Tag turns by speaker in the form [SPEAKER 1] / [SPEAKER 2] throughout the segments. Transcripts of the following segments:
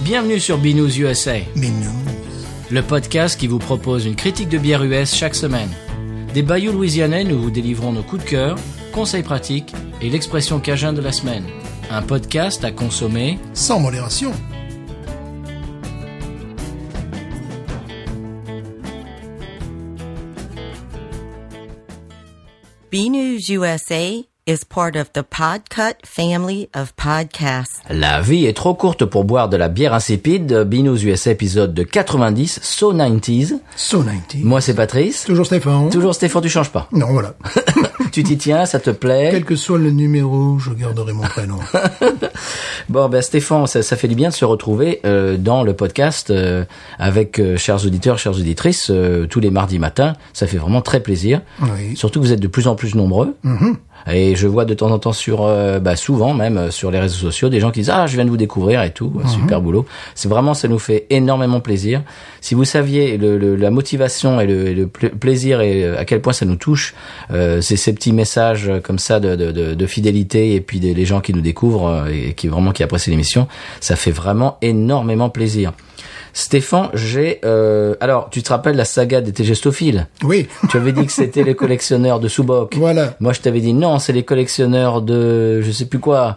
[SPEAKER 1] Bienvenue sur Binous USA,
[SPEAKER 2] Binous.
[SPEAKER 1] le podcast qui vous propose une critique de bière US chaque semaine. Des bayous louisianais, nous vous délivrons nos coups de cœur, conseils pratiques et l'expression cajun de la semaine. Un podcast à consommer
[SPEAKER 2] Sans modération.
[SPEAKER 3] BNews USA is part of the Podcut family of podcasts.
[SPEAKER 1] La vie est trop courte pour boire de la bière insipide. Binous USA épisode de 90, So 90s.
[SPEAKER 2] So 90.
[SPEAKER 1] Moi c'est Patrice.
[SPEAKER 2] Toujours Stéphane.
[SPEAKER 1] Toujours Stéphane, tu changes pas.
[SPEAKER 2] Non, voilà.
[SPEAKER 1] Tu t'y tiens, ça te plaît.
[SPEAKER 2] Quel que soit le numéro, je garderai mon prénom.
[SPEAKER 1] Bon, ben Stéphane, ça fait du bien de se retrouver dans le podcast avec chers auditeurs, chères auditrices, tous les mardis matins. Ça fait vraiment très plaisir.
[SPEAKER 2] Oui.
[SPEAKER 1] Surtout que vous êtes de plus en plus nombreux.
[SPEAKER 2] Mm-hmm.
[SPEAKER 1] Et je vois de temps en temps sur, souvent même sur les réseaux sociaux, des gens qui disent « Ah, je viens de vous découvrir et tout. Super boulot. » C'est vraiment, ça nous fait énormément plaisir. Si vous saviez la motivation et le plaisir et à quel point ça nous touche, c'est ces petits messages comme ça de fidélité et puis les gens qui nous découvrent et qui apprécient l'émission, ça fait vraiment énormément plaisir. Stéphane, alors, tu te rappelles la saga des Tégestophiles?
[SPEAKER 2] Oui.
[SPEAKER 1] Tu avais dit que c'était les collectionneurs de Subok.
[SPEAKER 2] Voilà.
[SPEAKER 1] Moi, je t'avais dit non, c'est les collectionneurs de, je sais plus quoi.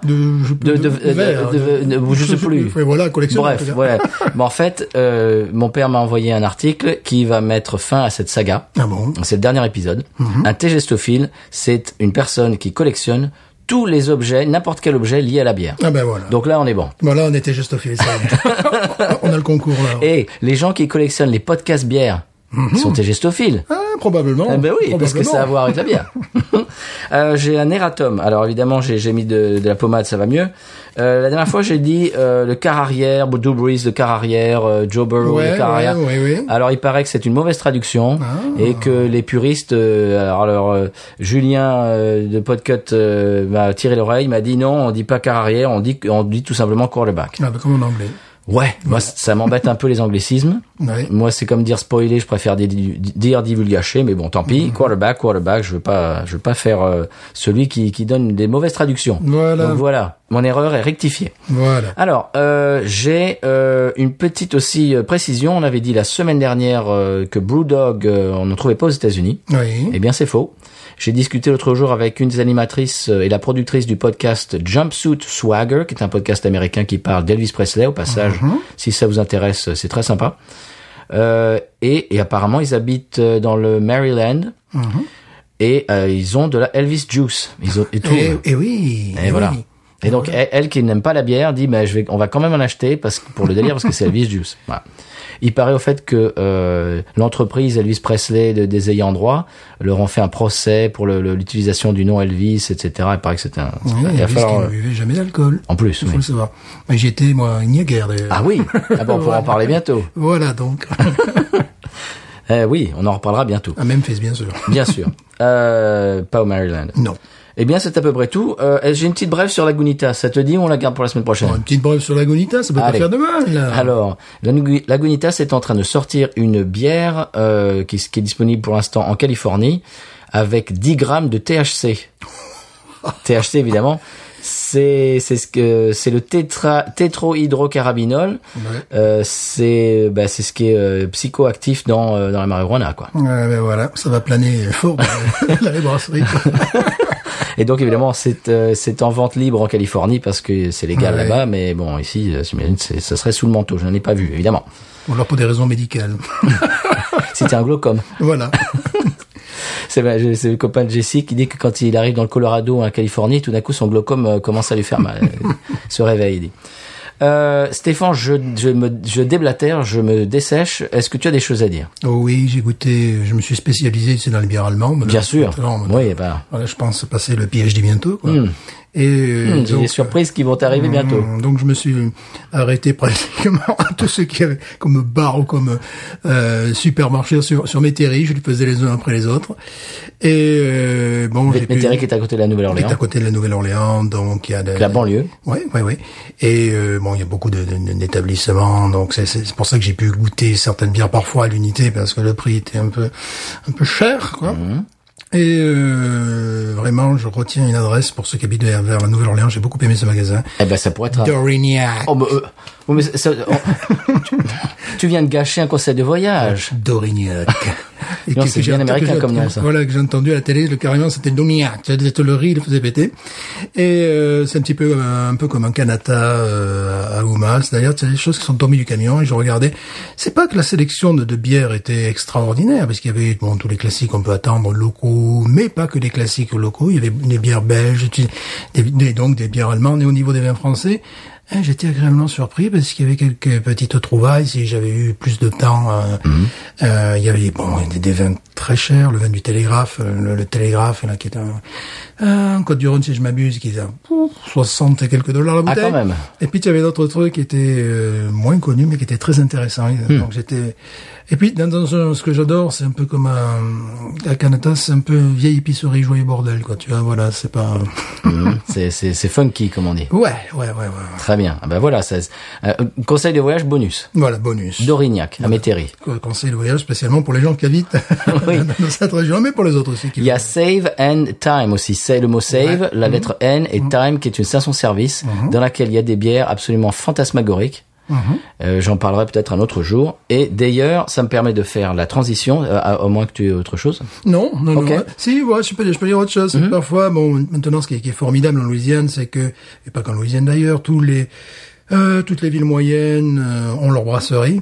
[SPEAKER 1] Je sais plus.
[SPEAKER 2] Voilà, collectionneur.
[SPEAKER 1] Bref, voilà. Mais en fait, mon père m'a envoyé un article qui va mettre fin à cette saga.
[SPEAKER 2] Ah bon?
[SPEAKER 1] C'est le dernier épisode. Un Tégestophile, c'est une personne qui collectionne tous les objets, n'importe quel objet lié à la bière.
[SPEAKER 2] Ah ben voilà.
[SPEAKER 1] Donc là, on est bon.
[SPEAKER 2] Voilà, on était juste au fil. On a le concours là.
[SPEAKER 1] Et les gens qui collectionnent les podcasts bières, ils sont tégestophiles.
[SPEAKER 2] Ah, probablement.
[SPEAKER 1] Eh ben oui, parce que ça a à voir avec la bière. J'ai un erratum. Alors évidemment, j'ai mis de la pommade, ça va mieux. La dernière fois, j'ai dit le quart arrière, Drew Brees, le quart arrière, Joe Burrow, le quart arrière.
[SPEAKER 2] Oui.
[SPEAKER 1] Alors il paraît que c'est une mauvaise traduction et que les puristes, Julien de Podcut m'a tiré l'oreille, m'a dit non, on dit pas quart arrière, on dit tout simplement quarterback.
[SPEAKER 2] Ah ben comme en anglais.
[SPEAKER 1] Ouais, moi ça m'embête un peu les anglicismes.
[SPEAKER 2] Ouais.
[SPEAKER 1] Moi c'est comme dire spoiler, je préfère dire divulgacher, mais bon tant pis. Quarterback, je veux pas faire celui qui donne des mauvaises traductions.
[SPEAKER 2] Voilà.
[SPEAKER 1] Donc voilà, mon erreur est rectifiée.
[SPEAKER 2] Voilà.
[SPEAKER 1] Alors j'ai une petite aussi précision. On avait dit la semaine dernière que Brewdog on ne trouvait pas aux États-Unis.
[SPEAKER 2] Oui.
[SPEAKER 1] Eh bien c'est faux. J'ai discuté l'autre jour avec une des animatrices et la productrice du podcast Jumpsuit Swagger, qui est un podcast américain qui parle d'Elvis Presley, au passage. Si ça vous intéresse, c'est très sympa. Et apparemment, ils habitent dans le Maryland. Et ils ont de la Elvis Juice. Ils ont et tout.
[SPEAKER 2] Et oui.
[SPEAKER 1] Et voilà. Et donc, elle qui n'aime pas la bière, dit, on va quand même en acheter pour le délire, parce que c'est Elvis Juice. Voilà. Il paraît au fait que l'entreprise Elvis Presley des ayants droit leur ont fait un procès pour l'utilisation du nom Elvis, etc. Il paraît que c'était un...
[SPEAKER 2] Oui, Elvis qui ne buvait jamais d'alcool.
[SPEAKER 1] En plus,
[SPEAKER 2] il faut le savoir. Mais j'y étais, moi, il n'y a guère d'ailleurs.
[SPEAKER 1] Ah oui. Ah bon, on pourra en parler bientôt.
[SPEAKER 2] Voilà donc.
[SPEAKER 1] Oui, on en reparlera bientôt.
[SPEAKER 2] À Memphis, bien sûr.
[SPEAKER 1] Bien sûr. Pas au Maryland.
[SPEAKER 2] Non.
[SPEAKER 1] Eh bien, c'est à peu près tout. J'ai une petite brève sur Lagunitas. Ça te dit ou on la garde pour la semaine prochaine?
[SPEAKER 2] Une petite brève sur Lagunitas, ça peut pas faire de mal, là.
[SPEAKER 1] Alors, Lagunitas est en train de sortir une bière qui est disponible pour l'instant en Californie avec 10 grammes de THC. THC, évidemment. C'est le tétrohydrocannabinol.
[SPEAKER 2] Ouais.
[SPEAKER 1] C'est ce qui est psychoactif dans la marijuana, quoi.
[SPEAKER 2] Ben voilà, ça va planer fort dans la brasserie.
[SPEAKER 1] Et donc évidemment c'est en vente libre en Californie parce que c'est légal là-bas, mais bon ici j'imagine ça serait sous le manteau, je n'en ai pas vu évidemment.
[SPEAKER 2] Ou alors pour des raisons médicales.
[SPEAKER 1] C'était un glaucome.
[SPEAKER 2] Voilà.
[SPEAKER 1] C'est le copain de Jesse qui dit que quand il arrive dans le Colorado ou en Californie, tout d'un coup son glaucome commence à lui faire mal, se réveille, il dit. Stéphane, je déblatère, je me dessèche. Est-ce que tu as des choses à dire?
[SPEAKER 2] Oh oui, j'ai goûté, je me suis spécialisé, dans les bières allemandes.
[SPEAKER 1] Bien sûr. Oui, bah.
[SPEAKER 2] Voilà, je pense passer le PhD bientôt, quoi.
[SPEAKER 1] Et j'ai des surprises qui vont arriver bientôt.
[SPEAKER 2] Donc je me suis arrêté pratiquement à tous ceux qui avaient comme bar ou comme supermarché sur Métairie, je les faisais les uns après les autres. Et
[SPEAKER 1] Métairie qui est à côté de la Nouvelle-Orléans.
[SPEAKER 2] Qui est à côté de la Nouvelle-Orléans, donc il y a
[SPEAKER 1] la banlieue.
[SPEAKER 2] Oui. Et il y a beaucoup d'établissements, donc c'est pour ça que j'ai pu goûter certaines bières parfois à l'unité parce que le prix était un peu cher, quoi. Et vraiment, je retiens une adresse pour ceux qui habitent vers la Nouvelle-Orléans. J'ai beaucoup aimé ce magasin.
[SPEAKER 1] Eh ben, ça pourrait être
[SPEAKER 2] Dorignac.
[SPEAKER 1] Oh, mais tu viens de gâcher un conseil de voyage.
[SPEAKER 2] Dorignac. Et
[SPEAKER 1] Non, c'est bien américain comme nom, ça.
[SPEAKER 2] Voilà, que j'ai entendu à la télé, carrément, c'était Dorignac. Le riz, il le faisait péter. Et c'est un peu comme un Kanata à Oumas. D'ailleurs, c'est des choses qui sont tombées du camion et je regardais. C'est pas que la sélection de bières était extraordinaire, parce qu'il y avait tous les classiques qu'on peut attendre locaux, mais pas que des classiques locaux. Il y avait des bières belges, donc des bières allemandes. Et au niveau des vins français, j'étais agréablement surpris parce qu'il y avait quelques petites trouvailles. Si j'avais eu plus de temps, il y avait des vins très chers, le vin du Télégraphe, le Télégraphe là, qui est un Côte-du-Rhône si je m'abuse, qui est à 60 et quelques dollars la bouteille.
[SPEAKER 1] Ah, quand même.
[SPEAKER 2] Et puis il y avait d'autres trucs qui étaient moins connus mais qui étaient très intéressants. Donc j'étais. Et puis dans ce que j'adore, c'est un peu comme à Canada, c'est un peu vieille épicerie joyeux bordel quoi. Tu vois, voilà, c'est pas.
[SPEAKER 1] C'est funky comme on dit.
[SPEAKER 2] Ouais.
[SPEAKER 1] Très bien. Ah ben voilà, conseil de voyage bonus.
[SPEAKER 2] Voilà, bonus.
[SPEAKER 1] Dorignac, à Métairie.
[SPEAKER 2] Conseil de voyage spécialement pour les gens qui habitent
[SPEAKER 1] Oui.
[SPEAKER 2] dans cette région, mais pour les autres aussi.
[SPEAKER 1] Il y a Save and Time aussi. C'est le mot Save, la lettre N et Time qui est une station-service dans laquelle il y a des bières absolument fantasmagoriques. J'en parlerai peut-être un autre jour. Et d'ailleurs, ça me permet de faire la transition, au moins que tu aies autre chose.
[SPEAKER 2] Non.
[SPEAKER 1] Okay.
[SPEAKER 2] Si, ouais, je peux dire autre chose. Parfois, maintenant, ce qui est formidable en Louisiane, c'est que, et pas qu'en Louisiane d'ailleurs, toutes les villes moyennes ont leur brasserie.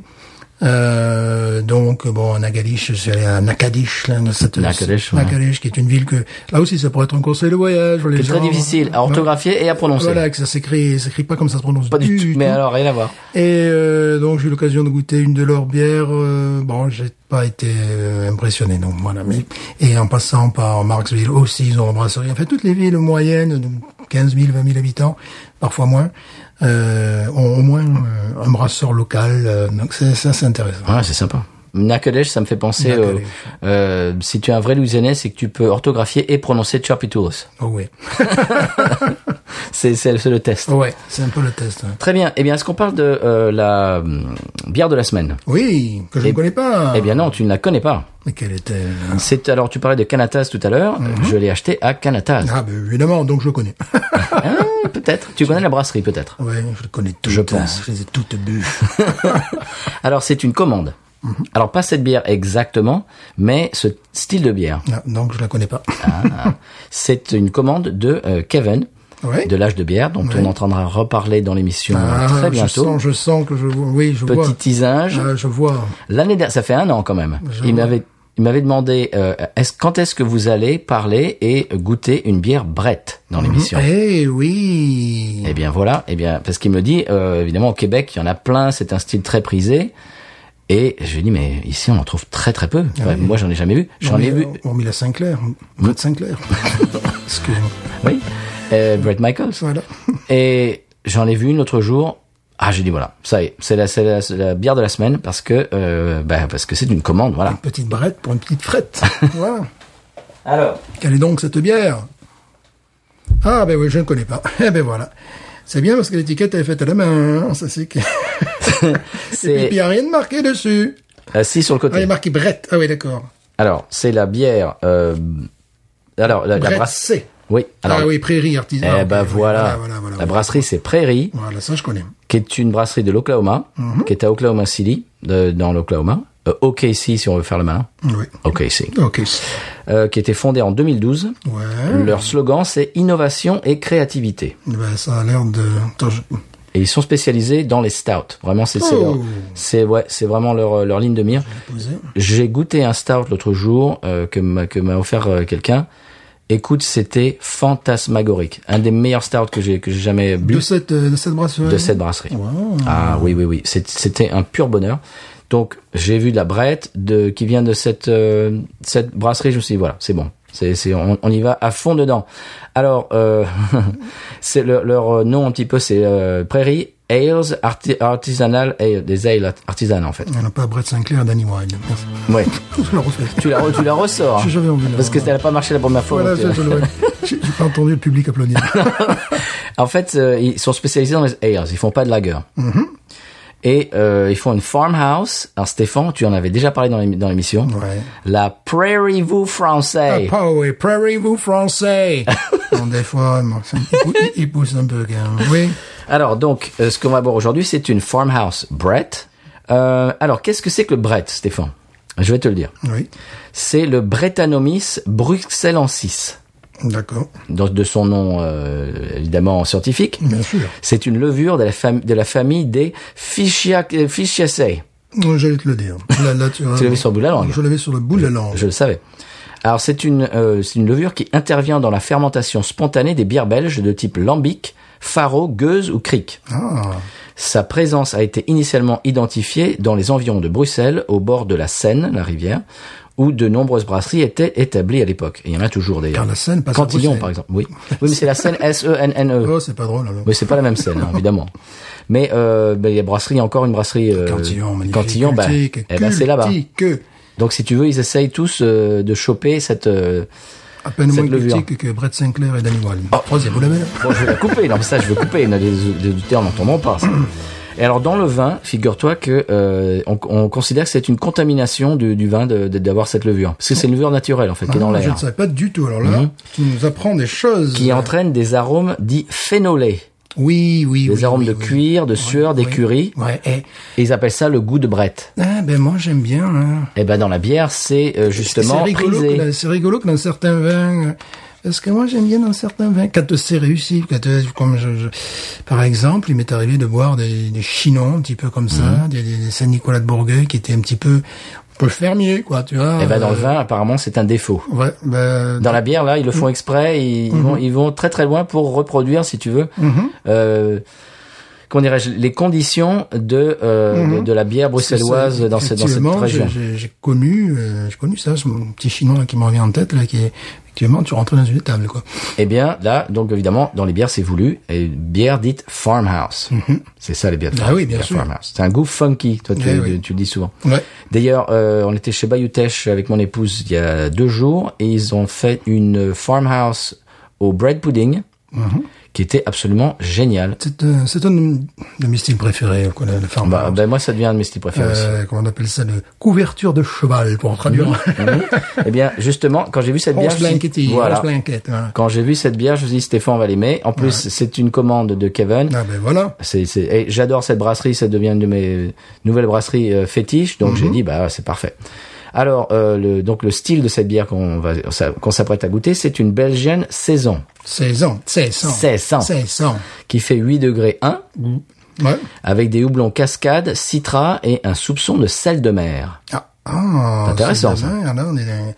[SPEAKER 2] Donc Nagadish, je suis allé à Natchitoches, là, Natchitoches, qui est une ville que là aussi ça pourrait être un conseil de voyage.
[SPEAKER 1] C'est très difficile à orthographier et à prononcer.
[SPEAKER 2] Voilà, que ça s'écrit pas comme ça se prononce.
[SPEAKER 1] Pas du tout. Mais alors rien à voir.
[SPEAKER 2] Et donc j'ai eu l'occasion de goûter une de leurs bières. J'ai pas été impressionné. Donc voilà. Et en passant par Marksville aussi, ils ont une brasserie. En fait, toutes les villes moyennes, de 15 000, 20 000 habitants, parfois moins. Ont au moins un brasseur local, donc ça c'est intéressant.
[SPEAKER 1] Ouais, c'est sympa. Natchitoches, ça me fait penser, si tu es un vrai Louisianais, c'est que tu peux orthographier et prononcer Tchoupitouros.
[SPEAKER 2] Oh oui.
[SPEAKER 1] c'est le test.
[SPEAKER 2] Ouais, c'est un peu le test. Ouais.
[SPEAKER 1] Très bien. Eh bien, est-ce qu'on parle de la bière de la semaine?
[SPEAKER 2] Oui, que je ne connais pas.
[SPEAKER 1] Eh bien non, tu ne la connais pas.
[SPEAKER 2] Mais quelle était
[SPEAKER 1] Alors, tu parlais de Canatas tout à l'heure. Je l'ai acheté à Canatas.
[SPEAKER 2] Ah, évidemment, donc je le connais.
[SPEAKER 1] Peut-être. Tu connais la brasserie, peut-être.
[SPEAKER 2] Oui, je le connais toutes.
[SPEAKER 1] Je pense.
[SPEAKER 2] Je les ai toutes bues.
[SPEAKER 1] Alors, c'est une commande. Alors, pas cette bière exactement, mais ce style de bière.
[SPEAKER 2] Ah, donc, je la connais pas.
[SPEAKER 1] C'est une commande de Kevin.
[SPEAKER 2] Ouais.
[SPEAKER 1] De l'âge de bière, dont on entendra reparler dans l'émission très bientôt.
[SPEAKER 2] Je sens que je vois. Oui, je vois.
[SPEAKER 1] Petit teasage.
[SPEAKER 2] Je vois.
[SPEAKER 1] L'année dernière, ça fait 1 an quand même. Il m'avait demandé quand est-ce que vous allez parler et goûter une bière Brett dans l'émission.
[SPEAKER 2] Eh oui.
[SPEAKER 1] Eh bien voilà, parce qu'il me dit évidemment au Québec, il y en a plein, c'est un style très prisé. Et je lui dis mais ici on en trouve très très peu. Enfin, moi j'en ai jamais vu. J'en ai vu.
[SPEAKER 2] On la Sinclair, Brett Sinclair. Excusez-moi.
[SPEAKER 1] Oui. Bret Michaels.
[SPEAKER 2] Voilà.
[SPEAKER 1] Et j'en ai vu une l'autre jour. Ah, j'ai dit voilà, ça y est, c'est la bière de la semaine parce que c'est une commande, voilà.
[SPEAKER 2] Une petite Brett pour une petite frette. Voilà.
[SPEAKER 1] Alors,
[SPEAKER 2] quelle est donc cette bière? Ah ben oui, je ne connais pas. Eh ben voilà. C'est bien parce que l'étiquette est faite à la main, hein. Ça c'est que. Et puis il n'y a rien de marqué dessus.
[SPEAKER 1] Si, sur le côté.
[SPEAKER 2] Ah, il est marqué Brett. Ah oui, d'accord.
[SPEAKER 1] Alors, c'est la bière. La
[SPEAKER 2] brasserie.
[SPEAKER 1] Oui. Alors,
[SPEAKER 2] oui, Prairie Artisanale.
[SPEAKER 1] Eh ben voilà. La brasserie, c'est Prairie.
[SPEAKER 2] Voilà, ça je connais.
[SPEAKER 1] Qui est une brasserie de l'Oklahoma, qui est à Oklahoma City, dans l'Oklahoma. OKC, si on veut faire le malin.
[SPEAKER 2] Oui.
[SPEAKER 1] OKC.
[SPEAKER 2] OKC.
[SPEAKER 1] Qui a été fondée en 2012.
[SPEAKER 2] Ouais.
[SPEAKER 1] Leur slogan, c'est innovation et créativité.
[SPEAKER 2] Ben, ça a l'air de...
[SPEAKER 1] Et ils sont spécialisés dans les stouts. Vraiment, c'est vraiment leur ligne de mire. J'ai goûté un stout l'autre jour que m'a offert quelqu'un. Écoute, c'était fantasmagorique. Un des meilleurs stouts que j'ai jamais bu.
[SPEAKER 2] De cette brasserie.
[SPEAKER 1] De cette brasserie.
[SPEAKER 2] Wow.
[SPEAKER 1] Ah oui. C'était un pur bonheur. Donc, j'ai vu de la Brett qui vient de cette brasserie. Je me suis dit, voilà, c'est bon. On y va à fond dedans. Alors, c'est leur nom un petit peu, c'est Prairie Ales Artisanal Ale, des ales artisanales en fait.
[SPEAKER 2] On n'a pas Brett Sinclair, Danny Wilde.
[SPEAKER 1] Ouais.
[SPEAKER 2] Je la refais.
[SPEAKER 1] Tu la ressors.
[SPEAKER 2] J'ai jamais envie de
[SPEAKER 1] parce que ça n'a pas marché la première fois.
[SPEAKER 2] Voilà, j'ai pas entendu le public applaudir.
[SPEAKER 1] En fait, ils sont spécialisés dans les ales. Ils font pas de lager. Et ils font une farmhouse. Alors Stéphane, tu en avais déjà parlé dans l'émission.
[SPEAKER 2] Ouais.
[SPEAKER 1] La Prairie Vue français.
[SPEAKER 2] Ah, oui, Prairie Vue français. Bon, des fois, il pousse un peu quand même. Oui.
[SPEAKER 1] Alors donc, ce qu'on va voir aujourd'hui, c'est une farmhouse Brett. Alors, qu'est-ce que c'est que le Brett, Stéphane? Je vais te le dire.
[SPEAKER 2] Oui.
[SPEAKER 1] C'est le Brettanomyces bruxellensis.
[SPEAKER 2] D'accord.
[SPEAKER 1] De son nom évidemment scientifique.
[SPEAKER 2] Bien sûr.
[SPEAKER 1] C'est une levure de la famille des Fischiaceae.
[SPEAKER 2] J'allais te le dire. Là, tu
[SPEAKER 1] l'avais sur le bout de la langue.
[SPEAKER 2] Je l'avais sur le bout de la langue.
[SPEAKER 1] Je le savais. Alors c'est une levure qui intervient dans la fermentation spontanée des bières belges de type lambic, faro, gueuse ou cric.
[SPEAKER 2] Ah.
[SPEAKER 1] Sa présence a été initialement identifiée dans les environs de Bruxelles, au bord de la Seine, la rivière, où de nombreuses brasseries étaient étables à l'époque. Et il y en a toujours d'ailleurs.
[SPEAKER 2] Car la Seine passe à
[SPEAKER 1] Cantillon,
[SPEAKER 2] Bruxelles.
[SPEAKER 1] par exemple. Oui. Oui, mais c'est la Seine S-E-N-N-E.
[SPEAKER 2] Oh, c'est pas drôle, alors.
[SPEAKER 1] Oui, c'est pas la même Seine, hein, évidemment. Mais, il y a brasserie, encore une brasserie,
[SPEAKER 2] Cantillon, magnifique.
[SPEAKER 1] Cantillon, c'est là-bas.
[SPEAKER 2] Que.
[SPEAKER 1] Donc, si tu veux, ils essayent tous, de choper cette
[SPEAKER 2] À peine moins
[SPEAKER 1] levure.
[SPEAKER 2] critique que Brett Sinclair et Danny Wilde. Troisième, vous l'avez là?
[SPEAKER 1] Bon, je vais la couper. Non, mais ça, je veux couper. Les auditeurs n'entendront pas, ça. Et alors, dans le vin, figure-toi que, on considère que c'est une contamination du vin d'avoir cette levure. Parce que c'est une levure naturelle, en fait, qui est dans
[SPEAKER 2] Je
[SPEAKER 1] l'air.
[SPEAKER 2] ne savais pas du tout. Alors là, tu nous apprends des choses.
[SPEAKER 1] Qui entraîne des arômes dits phénolés.
[SPEAKER 2] Oui.
[SPEAKER 1] Des arômes de cuir, de sueur, d'écurie.
[SPEAKER 2] Ouais.
[SPEAKER 1] Et ils appellent ça le goût de Brett.
[SPEAKER 2] Ah, ben, moi, j'aime bien, hein.
[SPEAKER 1] Et ben, dans la bière, c'est justement prisé.
[SPEAKER 2] C'est rigolo que dans certains vins, parce que moi, j'aime bien dans certains vins, quand c'est réussi, comme par exemple, il m'est arrivé de boire des chinons, un petit peu comme ça, des Saint-Nicolas de Bourgueil, qui étaient un petit peu fermier, quoi, tu vois.
[SPEAKER 1] Et ben, dans le vin, apparemment, c'est un défaut.
[SPEAKER 2] Ouais,
[SPEAKER 1] Dans la bière, là, ils le font exprès, ils vont très très loin pour reproduire, si tu veux, comment dirais-je, les conditions de la bière bruxelloise dans cette région.
[SPEAKER 2] J'ai connu ça, ce petit chinois là, qui me revient en tête, là, qui est, effectivement, tu rentrais dans une table, quoi.
[SPEAKER 1] Eh bien, là, donc, évidemment, dans les bières, c'est voulu, et bière dite farmhouse. C'est ça, les bières de
[SPEAKER 2] oui, bien sûr.
[SPEAKER 1] farmhouse. C'est un goût funky, toi, tu le dis souvent.
[SPEAKER 2] Ouais.
[SPEAKER 1] D'ailleurs, on était chez Bayutech avec mon épouse il y a 2 jours, et ils ont fait une farmhouse au bread pudding, qui était absolument génial.
[SPEAKER 2] C'est un de mes styles préférés, quoi, le farmhouse.
[SPEAKER 1] Moi, ça devient un de mes styles préférés aussi.
[SPEAKER 2] Comment on appelle ça, de couverture de cheval, pour traduire.
[SPEAKER 1] Eh bien, justement, quand j'ai vu cette bière,
[SPEAKER 2] voilà.
[SPEAKER 1] Quand j'ai vu cette bière, je me suis dit, Stéphane va l'aimer. En plus, c'est une commande de Kevin.
[SPEAKER 2] Ah, ben voilà.
[SPEAKER 1] Et j'adore cette brasserie, ça devient une de mes nouvelles brasseries fétiches, donc j'ai dit, c'est parfait. Alors, donc le style de cette bière qu'on s'apprête à goûter, c'est une Belgienne saison.
[SPEAKER 2] Saison.
[SPEAKER 1] Qui fait 8 degrés 1.
[SPEAKER 2] Ouais.
[SPEAKER 1] Avec des houblons cascade, citra et un soupçon de sel de mer.
[SPEAKER 2] Ah,
[SPEAKER 1] intéressant, ça.
[SPEAKER 2] Là,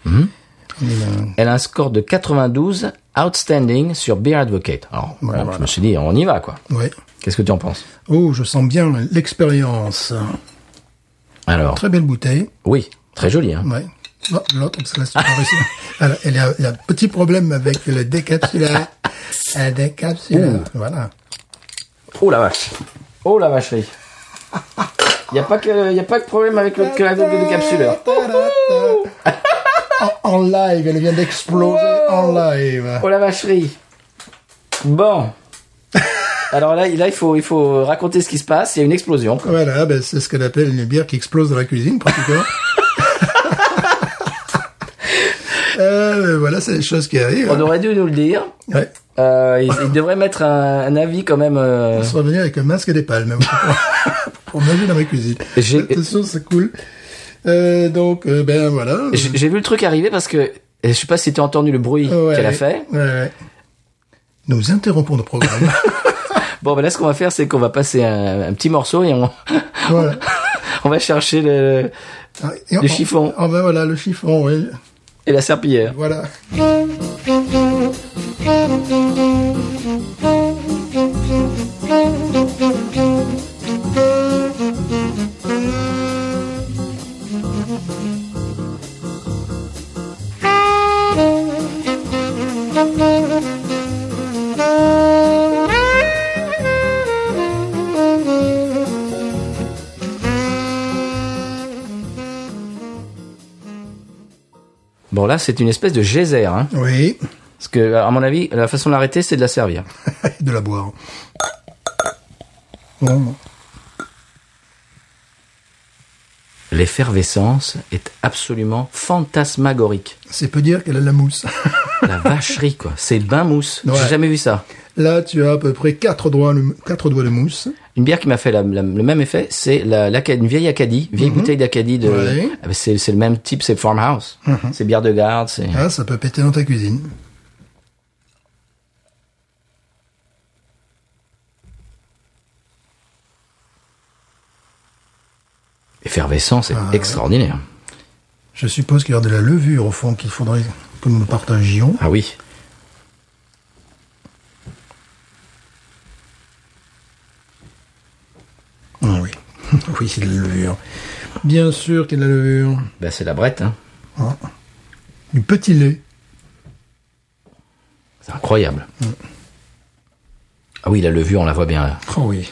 [SPEAKER 1] Elle a un score de 92, outstanding sur Beer Advocate. Alors, je me suis dit, on y va, quoi.
[SPEAKER 2] Ouais.
[SPEAKER 1] Qu'est-ce que tu en penses?
[SPEAKER 2] Oh, je sens bien l'expérience.
[SPEAKER 1] Alors.
[SPEAKER 2] Très belle bouteille.
[SPEAKER 1] Oui. Très jolie, hein.
[SPEAKER 2] Ouais. Oh, l'autre, parce que là, c'est pas réussi. Alors, il y a un petit problème avec le décapsuleur. Voilà.
[SPEAKER 1] Oh la vache. Oh la vacherie. Il y a pas que problème avec le décapsuleur.
[SPEAKER 2] En live, elle vient d'exploser en live.
[SPEAKER 1] Oh la vacherie. Bon. Alors là, il faut raconter ce qui se passe. Il y a une explosion, quoi.
[SPEAKER 2] Voilà, c'est ce qu'on appelle une bière qui explose dans la cuisine, pratiquement. Voilà, c'est des choses qui arrivent.
[SPEAKER 1] On aurait dû nous le dire.
[SPEAKER 2] Ouais.
[SPEAKER 1] Il devrait mettre un avis quand même.
[SPEAKER 2] On serait venu avec un masque et des palmes pour nager dans ma cuisine. Attention, c'est cool. Donc, voilà.
[SPEAKER 1] J'ai vu le truc arriver parce que je sais pas si tu as entendu le bruit qu'elle a fait.
[SPEAKER 2] Ouais. Nous interrompons nos programmes.
[SPEAKER 1] Bon, là, ce qu'on va faire, c'est qu'on va passer un petit morceau et
[SPEAKER 2] voilà.
[SPEAKER 1] On va chercher le chiffon.
[SPEAKER 2] Voilà, le chiffon, oui.
[SPEAKER 1] Et la serpillière.
[SPEAKER 2] Voilà.
[SPEAKER 1] Bon, là, c'est une espèce de geyser, hein.
[SPEAKER 2] Oui.
[SPEAKER 1] Parce que, à mon avis, la façon de l'arrêter, c'est de la servir.
[SPEAKER 2] De la boire. Bon.
[SPEAKER 1] l'effervescence est absolument fantasmagorique.
[SPEAKER 2] C'est peu dire qu'elle a de la mousse.
[SPEAKER 1] La vacherie, quoi. C'est bain mousse.
[SPEAKER 2] Ouais.
[SPEAKER 1] J'ai jamais vu ça.
[SPEAKER 2] Là, tu as à peu près 4 doigts de mousse.
[SPEAKER 1] Une bière qui m'a fait le même effet, c'est une vieille Acadie, vieille bouteille d'Acadie de.
[SPEAKER 2] Ouais.
[SPEAKER 1] C'est le même type, c'est Farmhouse. C'est bière de garde, c'est.
[SPEAKER 2] Ah, ça peut péter dans ta cuisine.
[SPEAKER 1] Effervescent, c'est extraordinaire.
[SPEAKER 2] Je suppose qu'il y a de la levure au fond qu'il faudrait que nous partagions.
[SPEAKER 1] Ah oui.
[SPEAKER 2] Ah oui. Oui, c'est de la levure. Bien sûr qu'il y a de la levure.
[SPEAKER 1] Ben, c'est la brette, hein.
[SPEAKER 2] Ah. Du petit lait.
[SPEAKER 1] C'est incroyable. Ah oui, la levure, on la voit bien là.
[SPEAKER 2] Oh oui.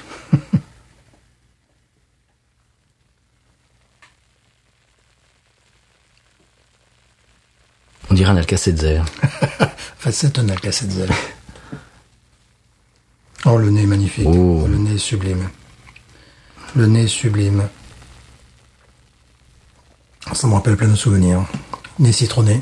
[SPEAKER 1] On dirait un Alka-Seltzer.
[SPEAKER 2] Enfin, c'est un Alka-Seltzer. Oh, le nez est magnifique.
[SPEAKER 1] Oh.
[SPEAKER 2] Le nez est sublime. Le nez est sublime. Ça me rappelle plein de souvenirs. Nez citronné.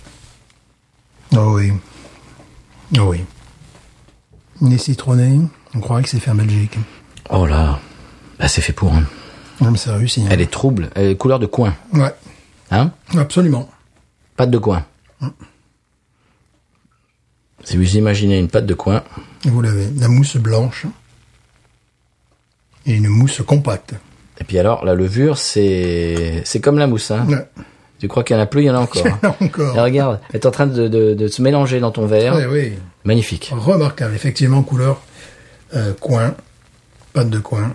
[SPEAKER 2] Oh oui. Oh oui. Nez citronné, on croirait que c'est fait en Belgique.
[SPEAKER 1] Oh là. Bah, c'est fait pour, hein.
[SPEAKER 2] Non, mais c'est réussi. Hein.
[SPEAKER 1] Elle est trouble. Elle est couleur de coin.
[SPEAKER 2] Ouais.
[SPEAKER 1] Hein?
[SPEAKER 2] Absolument.
[SPEAKER 1] Pâte de coin. Si vous imaginez une pâte de coin.
[SPEAKER 2] Et vous l'avez. La mousse blanche. Et une mousse compacte.
[SPEAKER 1] Et puis alors, la levure, c'est comme la mousse, hein.
[SPEAKER 2] Ouais.
[SPEAKER 1] Tu crois qu'il y en a plus, il y en a encore.
[SPEAKER 2] Il y en a encore.
[SPEAKER 1] Et regarde, elle est en train de se mélanger dans ton verre.
[SPEAKER 2] Ouais, oui.
[SPEAKER 1] Magnifique.
[SPEAKER 2] Remarquable. Effectivement, couleur coin. Pâte de coin.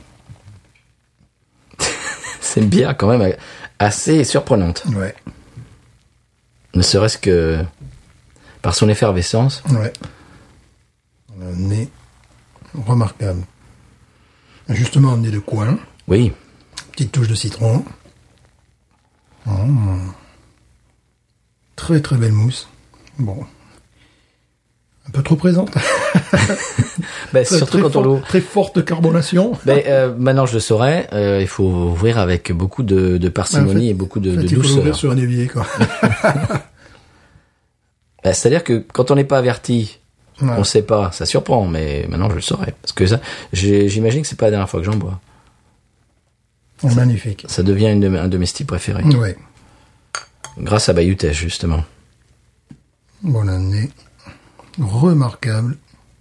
[SPEAKER 1] C'est une bière quand même assez surprenante.
[SPEAKER 2] Ouais.
[SPEAKER 1] Ne serait-ce que par son effervescence.
[SPEAKER 2] Ouais. Un nez remarquable. Justement, un nez de coin.
[SPEAKER 1] Oui.
[SPEAKER 2] Petite touche de citron. Très très belle mousse. Bon. Un peu trop présente.
[SPEAKER 1] Ben, surtout quand on l'ouvre.
[SPEAKER 2] Très forte carbonation.
[SPEAKER 1] Ben, maintenant je le saurais. Il faut ouvrir avec beaucoup de parcimonie
[SPEAKER 2] En fait,
[SPEAKER 1] et beaucoup de
[SPEAKER 2] il faut l'ouvrir
[SPEAKER 1] douceur.
[SPEAKER 2] sur un évier, quoi.
[SPEAKER 1] Ben, c'est-à-dire que quand on n'est pas averti,
[SPEAKER 2] Ouais.
[SPEAKER 1] on sait pas. Ça surprend, mais maintenant je le saurais. Parce que ça, j'imagine que c'est pas la dernière fois que j'en bois.
[SPEAKER 2] Magnifique.
[SPEAKER 1] Ça devient un de mes styles préférés.
[SPEAKER 2] Ouais.
[SPEAKER 1] Grâce à Bayutech, justement.
[SPEAKER 2] Bon, un nez remarquable.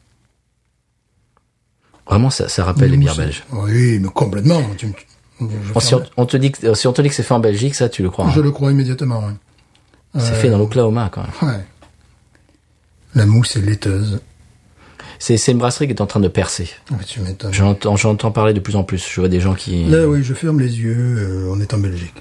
[SPEAKER 1] Vraiment, ça rappelle les bières
[SPEAKER 2] Mousse.
[SPEAKER 1] belges.
[SPEAKER 2] Oui, mais complètement.
[SPEAKER 1] Si on te dit que c'est fait en Belgique, ça, tu le crois.
[SPEAKER 2] Je
[SPEAKER 1] Hein.
[SPEAKER 2] le crois immédiatement, oui.
[SPEAKER 1] C'est fait dans l'Oklahoma, quand même.
[SPEAKER 2] Ouais. La mousse est laiteuse.
[SPEAKER 1] C'est une brasserie qui est en train de percer.
[SPEAKER 2] Ah, tu m'étonnes.
[SPEAKER 1] J'entends parler de plus en plus. Je vois des gens qui...
[SPEAKER 2] Là, oui, je ferme les yeux. On est en Belgique.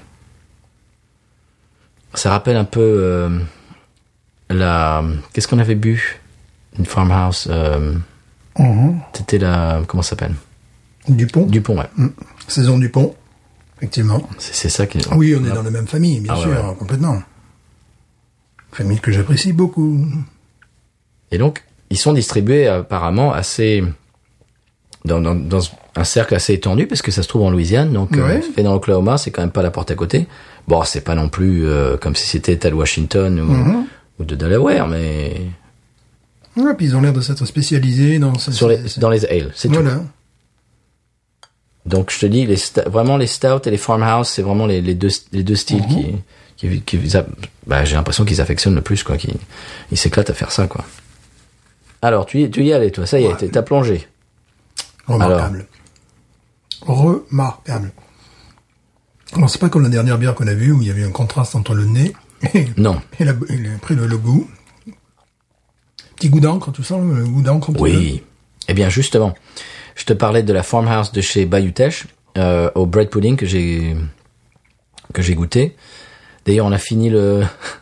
[SPEAKER 1] Ça rappelle un peu Qu'est-ce qu'on avait bu? Une farmhouse. C'était comment ça s'appelle?
[SPEAKER 2] Dupont.
[SPEAKER 1] Dupont, ouais.
[SPEAKER 2] Saison Dupont. Effectivement.
[SPEAKER 1] C'est ça qui...
[SPEAKER 2] Oui, on est dans la même famille, bien
[SPEAKER 1] Ah,
[SPEAKER 2] sûr,
[SPEAKER 1] ouais.
[SPEAKER 2] complètement. Famille que j'apprécie beaucoup.
[SPEAKER 1] Et donc, ils sont distribués apparemment assez... Dans un cercle assez étendu, parce que ça se trouve en Louisiane, donc
[SPEAKER 2] Ouais.
[SPEAKER 1] fait dans l'Oklahoma, c'est quand même pas la porte à côté. Bon, c'est pas non plus comme si c'était État de Washington ou de Delaware, mais
[SPEAKER 2] Ouais, puis ils ont l'air de s'être spécialisés dans...
[SPEAKER 1] dans les ales, c'est tout.
[SPEAKER 2] Voilà.
[SPEAKER 1] Donc je te dis, vraiment les stouts et les farmhouse, c'est vraiment les deux styles j'ai l'impression qu'ils affectionnent le plus, quoi. Ils s'éclatent à faire ça, quoi. Alors tu y allais, toi, ça y est, t'as plongé.
[SPEAKER 2] Remarquable. Remarquable. Alors, c'est pas comme la dernière bière qu'on a vue où il y avait un contraste entre le nez
[SPEAKER 1] Non.
[SPEAKER 2] et après le goût. Petit goût d'encre, tu sens le goût d'encre un petit
[SPEAKER 1] Oui. Eh bien, justement, je te parlais de la farmhouse de chez Bayutech, au bread pudding que j'ai goûté. D'ailleurs, on a fini le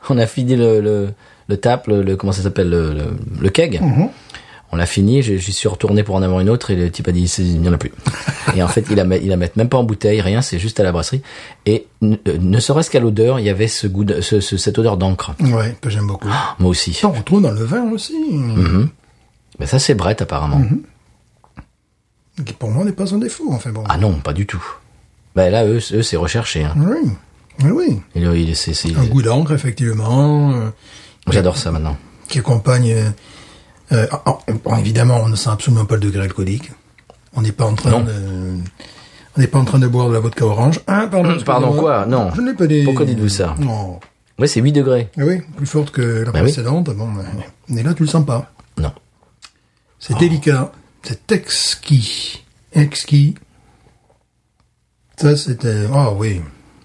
[SPEAKER 1] tap, comment ça s'appelle, le keg. On l'a fini, j'y suis retourné pour en avoir une autre et le type a dit il n'y en a plus. Et en fait, il la met même pas en bouteille, rien, c'est juste à la brasserie. Et ne serait-ce qu'à l'odeur, il y avait ce goût, cette odeur d'encre.
[SPEAKER 2] peu. Ouais, que j'aime beaucoup.
[SPEAKER 1] Moi aussi.
[SPEAKER 2] Ça, on retrouve dans le vin aussi.
[SPEAKER 1] Mais ça, c'est Brett apparemment.
[SPEAKER 2] Qui pour moi n'est pas un défaut, enfin bon.
[SPEAKER 1] Ah non, pas du tout. Bah là, eux c'est recherché. Hein.
[SPEAKER 2] Oui.
[SPEAKER 1] C'est
[SPEAKER 2] Un goût d'encre, effectivement.
[SPEAKER 1] J'adore ça maintenant.
[SPEAKER 2] Qui accompagne... bon, évidemment, on ne sent absolument pas le degré alcoolique. On n'est pas en train de boire de la vodka orange.
[SPEAKER 1] Pardon, quoi? Non.
[SPEAKER 2] Je n'ai pas dit...
[SPEAKER 1] Pourquoi dites-vous ça?
[SPEAKER 2] Non.
[SPEAKER 1] Ouais, c'est 8 degrés.
[SPEAKER 2] Oui, plus forte que la précédente. Bon, mais là, tu le sens pas.
[SPEAKER 1] Non.
[SPEAKER 2] C'est délicat. C'est exquis. Exquis. Ça, c'était... Oh, oui.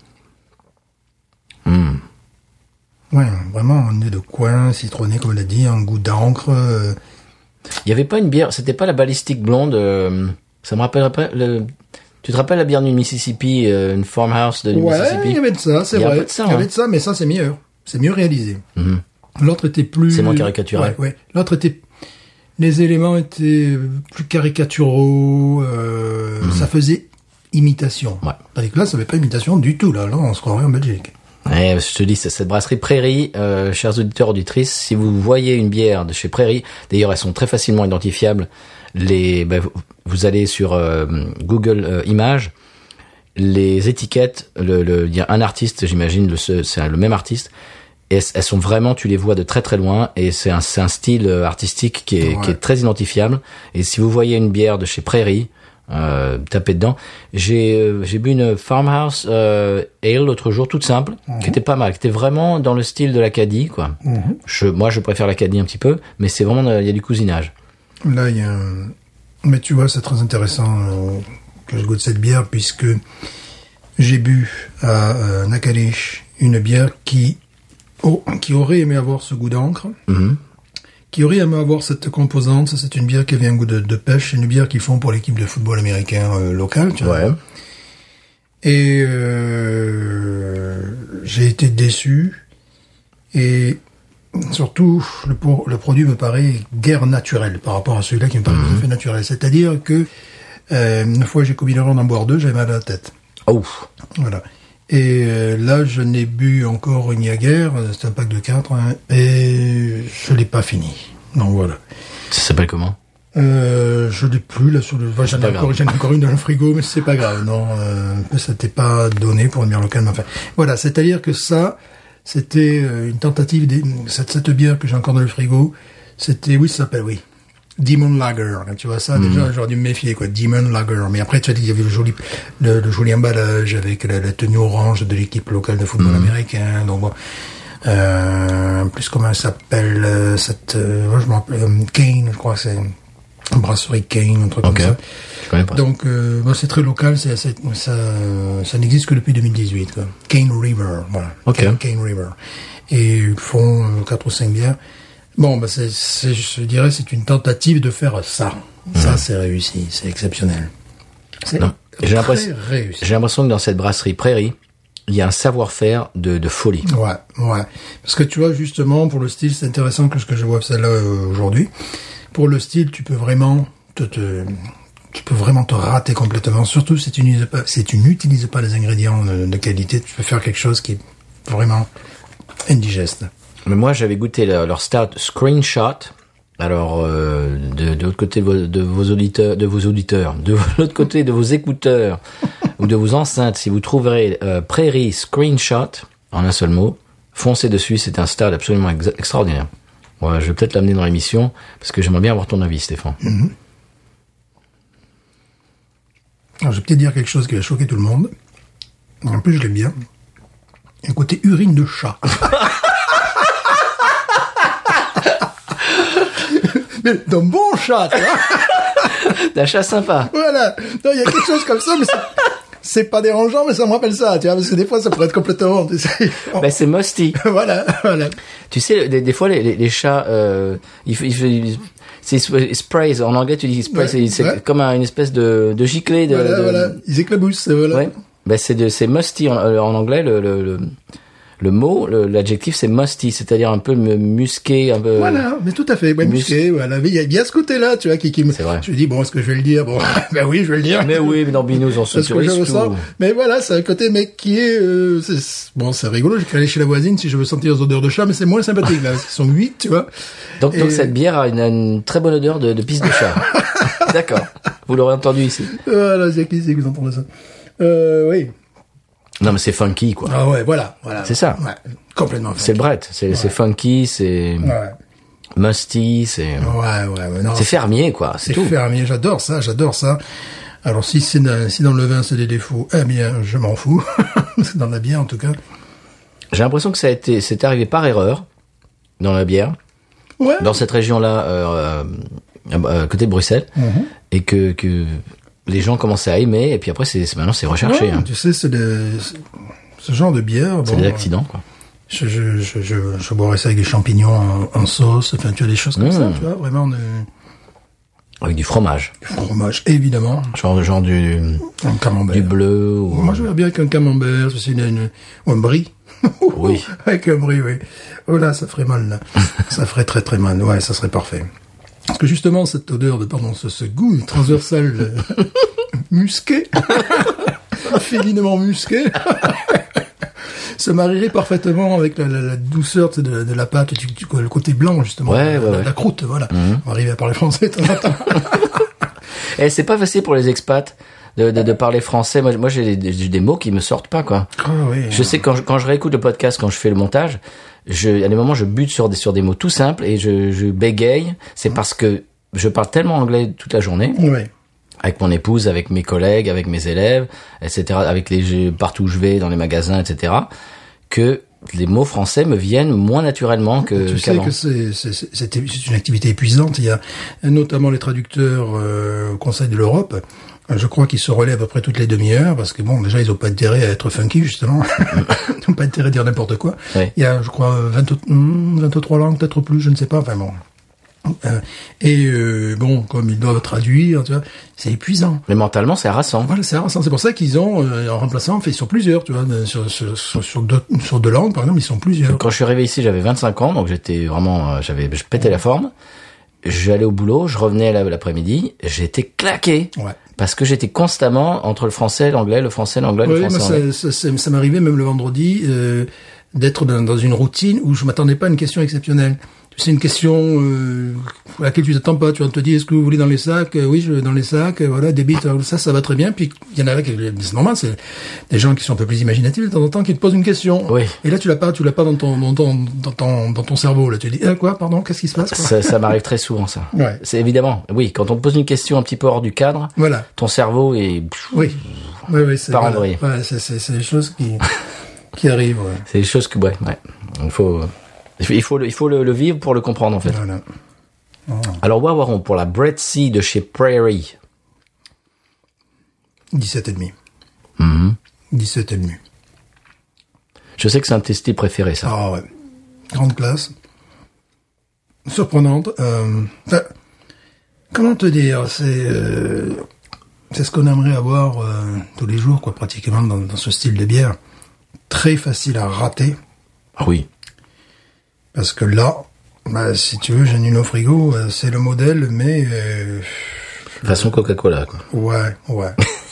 [SPEAKER 2] Ouais, vraiment, un nez de coin, citronné, comme on l'a dit, un goût d'encre.
[SPEAKER 1] Il y avait pas une bière, c'était pas la balistique blonde, ça me rappelle après, tu te rappelles la bière du Mississippi, une farmhouse de Mississippi?
[SPEAKER 2] Ouais, il y avait de ça, c'est vrai. Il y avait de ça, mais ça, c'est meilleur. C'est mieux réalisé. L'autre était plus...
[SPEAKER 1] C'est moins caricatural.
[SPEAKER 2] Ouais. L'autre était... Les éléments étaient plus caricaturaux, ça faisait imitation.
[SPEAKER 1] Ouais.
[SPEAKER 2] Tandis que là, ça avait pas imitation du tout, là, on se croirait en Belgique.
[SPEAKER 1] Ouais, je te dis, c'est cette brasserie Prairie, chers auditeurs, auditrices, si vous voyez une bière de chez Prairie, d'ailleurs, elles sont très facilement identifiables, vous allez sur Google Images, les étiquettes, il y a un artiste, j'imagine, c'est le même artiste, et elles sont vraiment, tu les vois de très très loin, et c'est un style artistique qui est très identifiable, et si vous voyez une bière de chez Prairie, tapez dedans. J'ai bu une farmhouse ale l'autre jour, toute simple, qui était pas mal, qui était vraiment dans le style de l'Acadie, quoi. Moi, je préfère l'Acadie un petit peu, mais c'est vraiment, il y a du cousinage.
[SPEAKER 2] Là, il y a mais tu vois, c'est très intéressant que je goûte cette bière, puisque j'ai bu à Nakalish une bière qui aurait aimé avoir ce goût d'encre. Qui aurait aimé avoir cette composante. Ça, c'est une bière qui avait un goût de pêche. C'est une bière qu'ils font pour l'équipe de football américain local. Tu vois. Et j'ai été déçu. Et surtout, le produit me paraît guère naturel par rapport à celui-là qui me paraît tout à fait naturel. C'est-à-dire que une fois j'ai combiné d'en boire 2, j'avais mal à la tête.
[SPEAKER 1] Oh.
[SPEAKER 2] Voilà. Et là, je n'ai bu encore une Jaeger, c'est un pack de 4, et je l'ai pas fini. Donc voilà.
[SPEAKER 1] Ça s'appelle comment?
[SPEAKER 2] Je l'ai plus là sur le. J'en ai encore une dans le frigo, mais c'est pas grave. Non, ça t'est pas donné pour une bière locale. Mais enfin, voilà. C'est-à-dire que ça, c'était une tentative. Cette bière que j'ai encore dans le frigo, c'était, ça s'appelle, Demon Lager. Tu vois ça, déjà, j'aurais dû me méfier, quoi. Demon Lager. Mais après, tu as dit, il y avait le joli emballage avec la tenue orange de l'équipe locale de football américain. Donc bon. Plus comment elle s'appelle, moi je me rappelle, Kane, je crois que c'est une brasserie Kane, un truc comme ça.
[SPEAKER 1] Je connais pas.
[SPEAKER 2] Donc, c'est très local, ça n'existe que depuis 2018, quoi. Cane River, voilà. Cane River. Et ils font 4 ou 5 bières. Bon, je dirais, c'est une tentative de faire ça. Ça, c'est réussi, c'est exceptionnel. C'est
[SPEAKER 1] j'ai
[SPEAKER 2] réussi.
[SPEAKER 1] J'ai l'impression que dans cette brasserie Prairie, il y a un savoir-faire de folie.
[SPEAKER 2] Ouais. Parce que tu vois, justement, pour le style, c'est intéressant que ce que je vois celle-là aujourd'hui. Pour le style, tu peux vraiment te rater complètement. Surtout si tu n'utilises pas les ingrédients de qualité, tu peux faire quelque chose qui est vraiment indigeste.
[SPEAKER 1] Mais moi, j'avais goûté leur stout Screenshot. Alors, de l'autre côté de vos auditeurs, de l'autre côté de vos écouteurs ou de vos enceintes, si vous trouverez Prairie Screenshot en un seul mot, foncez dessus. C'est un stout absolument extraordinaire. Voilà, je vais peut-être l'amener dans l'émission parce que j'aimerais bien avoir ton avis, Stéphane.
[SPEAKER 2] Alors, je vais peut-être dire quelque chose qui va choquer tout le monde. En plus, je l'aime bien. Un côté urine de chat. Mais d'un bon chat, tu vois.
[SPEAKER 1] D'un chat sympa.
[SPEAKER 2] Voilà. Non, il y a quelque chose comme ça, mais c'est pas dérangeant, mais ça me rappelle ça, tu vois, parce que des fois, ça pourrait être complètement, tu sais.
[SPEAKER 1] Ben, c'est musty.
[SPEAKER 2] voilà.
[SPEAKER 1] Tu sais, des fois, les chats, c'est sprays. En anglais, tu dis spray, c'est comme une espèce de giclée
[SPEAKER 2] Voilà. Ils éclaboussent, voilà.
[SPEAKER 1] Ouais. Ben, c'est musty en anglais, le mot, l'adjectif, c'est musty, c'est-à-dire un peu musqué, un peu...
[SPEAKER 2] Voilà, mais tout à fait, musqué, voilà. Il y a ce côté-là, tu vois, qui me...
[SPEAKER 1] C'est vrai.
[SPEAKER 2] Je me dis, bon, est-ce que je vais le dire? Bon, ben oui, je vais le dire.
[SPEAKER 1] Mais oui, mais dans Binous, on se autorise tout.
[SPEAKER 2] Mais voilà, c'est un côté, mec, qui est, c'est rigolo, je vais aller chez la voisine si je veux sentir les odeurs de chat, mais c'est moins sympathique, là, parce qu'ils sont 8, tu vois.
[SPEAKER 1] Donc cette bière a une très bonne odeur de pisse de chat. D'accord. Vous l'aurez entendu ici.
[SPEAKER 2] Voilà, c'est qui vous entendez ça. Oui.
[SPEAKER 1] Non, mais c'est funky, quoi.
[SPEAKER 2] Ah ouais, voilà.
[SPEAKER 1] C'est ça.
[SPEAKER 2] Ouais, complètement.
[SPEAKER 1] C'est le Brett. C'est funky, c'est
[SPEAKER 2] Ouais.
[SPEAKER 1] musty, c'est
[SPEAKER 2] Non,
[SPEAKER 1] c'est fermier, quoi. C'est tout.
[SPEAKER 2] fermier. J'adore ça. Alors si dans le vin c'est des défauts, eh bien je m'en fous. C'est dans la bière en tout cas.
[SPEAKER 1] J'ai l'impression que c'est arrivé par erreur dans la bière,
[SPEAKER 2] Ouais.
[SPEAKER 1] dans cette région-là, côté de Bruxelles, et que les gens commençaient à aimer, et puis après maintenant c'est recherché.
[SPEAKER 2] Ouais,
[SPEAKER 1] Hein.
[SPEAKER 2] tu sais, ce genre de bière.
[SPEAKER 1] C'est
[SPEAKER 2] bon,
[SPEAKER 1] des accidents, quoi.
[SPEAKER 2] Je boirais ça avec des champignons en sauce. Enfin, tu as des choses comme ça, tu vois, vraiment
[SPEAKER 1] Avec du fromage,
[SPEAKER 2] du fromage, évidemment.
[SPEAKER 1] genre du
[SPEAKER 2] Un camembert.
[SPEAKER 1] du bleu. Ou...
[SPEAKER 2] Moi, je verrais bien avec un camembert, ou un brie.
[SPEAKER 1] Oui.
[SPEAKER 2] Avec un brie, oui. Oh là, ça ferait mal, là. Ça ferait très très mal. Ouais, ça serait parfait. Parce que justement, cette odeur ce goût transversal musqué, félinement musqué, se marierait parfaitement avec la douceur de la pâte, le côté blanc, justement.
[SPEAKER 1] Ouais.
[SPEAKER 2] La croûte, voilà. On va arriver à parler français de temps en temps.
[SPEAKER 1] Et c'est pas facile pour les expats de parler français. Moi j'ai des mots qui me sortent pas, quoi.
[SPEAKER 2] Ah oui.
[SPEAKER 1] Je sais que quand je réécoute le podcast, quand je fais le montage, à des moments je bute sur des mots tout simples et je bégaye. C'est parce que je parle tellement anglais toute la journée.
[SPEAKER 2] Oui.
[SPEAKER 1] Avec mon épouse, avec mes collègues, avec mes élèves, etc., avec partout où je vais, dans les magasins, etc., que les mots français me viennent moins naturellement qu'avant.
[SPEAKER 2] Tu sais que c'est une activité épuisante. Il y a notamment les traducteurs au Conseil de l'Europe. Je crois qu'ils se relaient à peu près toutes les demi-heures parce que bon, déjà ils ont pas intérêt à être funky justement. Ils n'ont pas intérêt à dire n'importe quoi.
[SPEAKER 1] Oui.
[SPEAKER 2] Il y a, je crois, 23 langues, peut-être plus, je ne sais pas. Enfin bon. Bon, comme ils doivent traduire, tu vois, c'est épuisant.
[SPEAKER 1] Mais mentalement, c'est harassant.
[SPEAKER 2] Voilà, c'est harassant. C'est pour ça qu'ils ont, en remplaçant, fait sur plusieurs, tu vois, sur deux langues, par exemple, ils sont plusieurs.
[SPEAKER 1] Quand je suis arrivé ici, j'avais 25 ans, donc j'étais vraiment, je pétais la forme. J'allais au boulot, je revenais l'après-midi, j'étais claqué.
[SPEAKER 2] Ouais.
[SPEAKER 1] Parce que j'étais constamment entre le français, l'anglais, le français, l'anglais, le
[SPEAKER 2] Oui,
[SPEAKER 1] français.
[SPEAKER 2] moi, ça m'arrivait même le vendredi d'être dans une routine où je m'attendais pas à une question exceptionnelle. C'est une question à laquelle tu t'attends pas. Tu vas te dire, est-ce que vous voulez dans les sacs? Oui, dans les sacs. Voilà, débit, ça va très bien. Puis il y en a là, c'est normal, c'est des gens qui sont un peu plus imaginatifs de temps en temps qui te posent une question.
[SPEAKER 1] Oui.
[SPEAKER 2] Et là, tu l'as pas dans ton cerveau. Là, tu dis, quoi, pardon, qu'est-ce qui se passe, quoi?
[SPEAKER 1] Ça m'arrive très souvent, ça.
[SPEAKER 2] Ouais.
[SPEAKER 1] C'est évidemment, oui, quand on te pose une question un petit peu hors du cadre,
[SPEAKER 2] Voilà.
[SPEAKER 1] ton cerveau est,
[SPEAKER 2] Oui, c'est
[SPEAKER 1] Par
[SPEAKER 2] voilà.
[SPEAKER 1] André.
[SPEAKER 2] Ouais, c'est des choses qui arrivent. Ouais.
[SPEAKER 1] c'est des choses que, ouais. Il faut le vivre pour le comprendre, en fait.
[SPEAKER 2] Voilà.
[SPEAKER 1] Alors, Wawaron, pour la Bread Sea de chez Prairie.
[SPEAKER 2] 17,5. 17,5.
[SPEAKER 1] Je sais que c'est un de tes styles préférés, ça.
[SPEAKER 2] Ah ouais. Grande classe. Surprenante. Enfin, comment te dire, c'est ce qu'on aimerait avoir tous les jours, quoi, pratiquement dans ce style de bière. Très facile à rater.
[SPEAKER 1] Ah oui.
[SPEAKER 2] Parce que là, si tu veux, j'ai une au frigo, c'est le modèle, mais
[SPEAKER 1] Façon Coca-Cola, quoi.
[SPEAKER 2] ouais.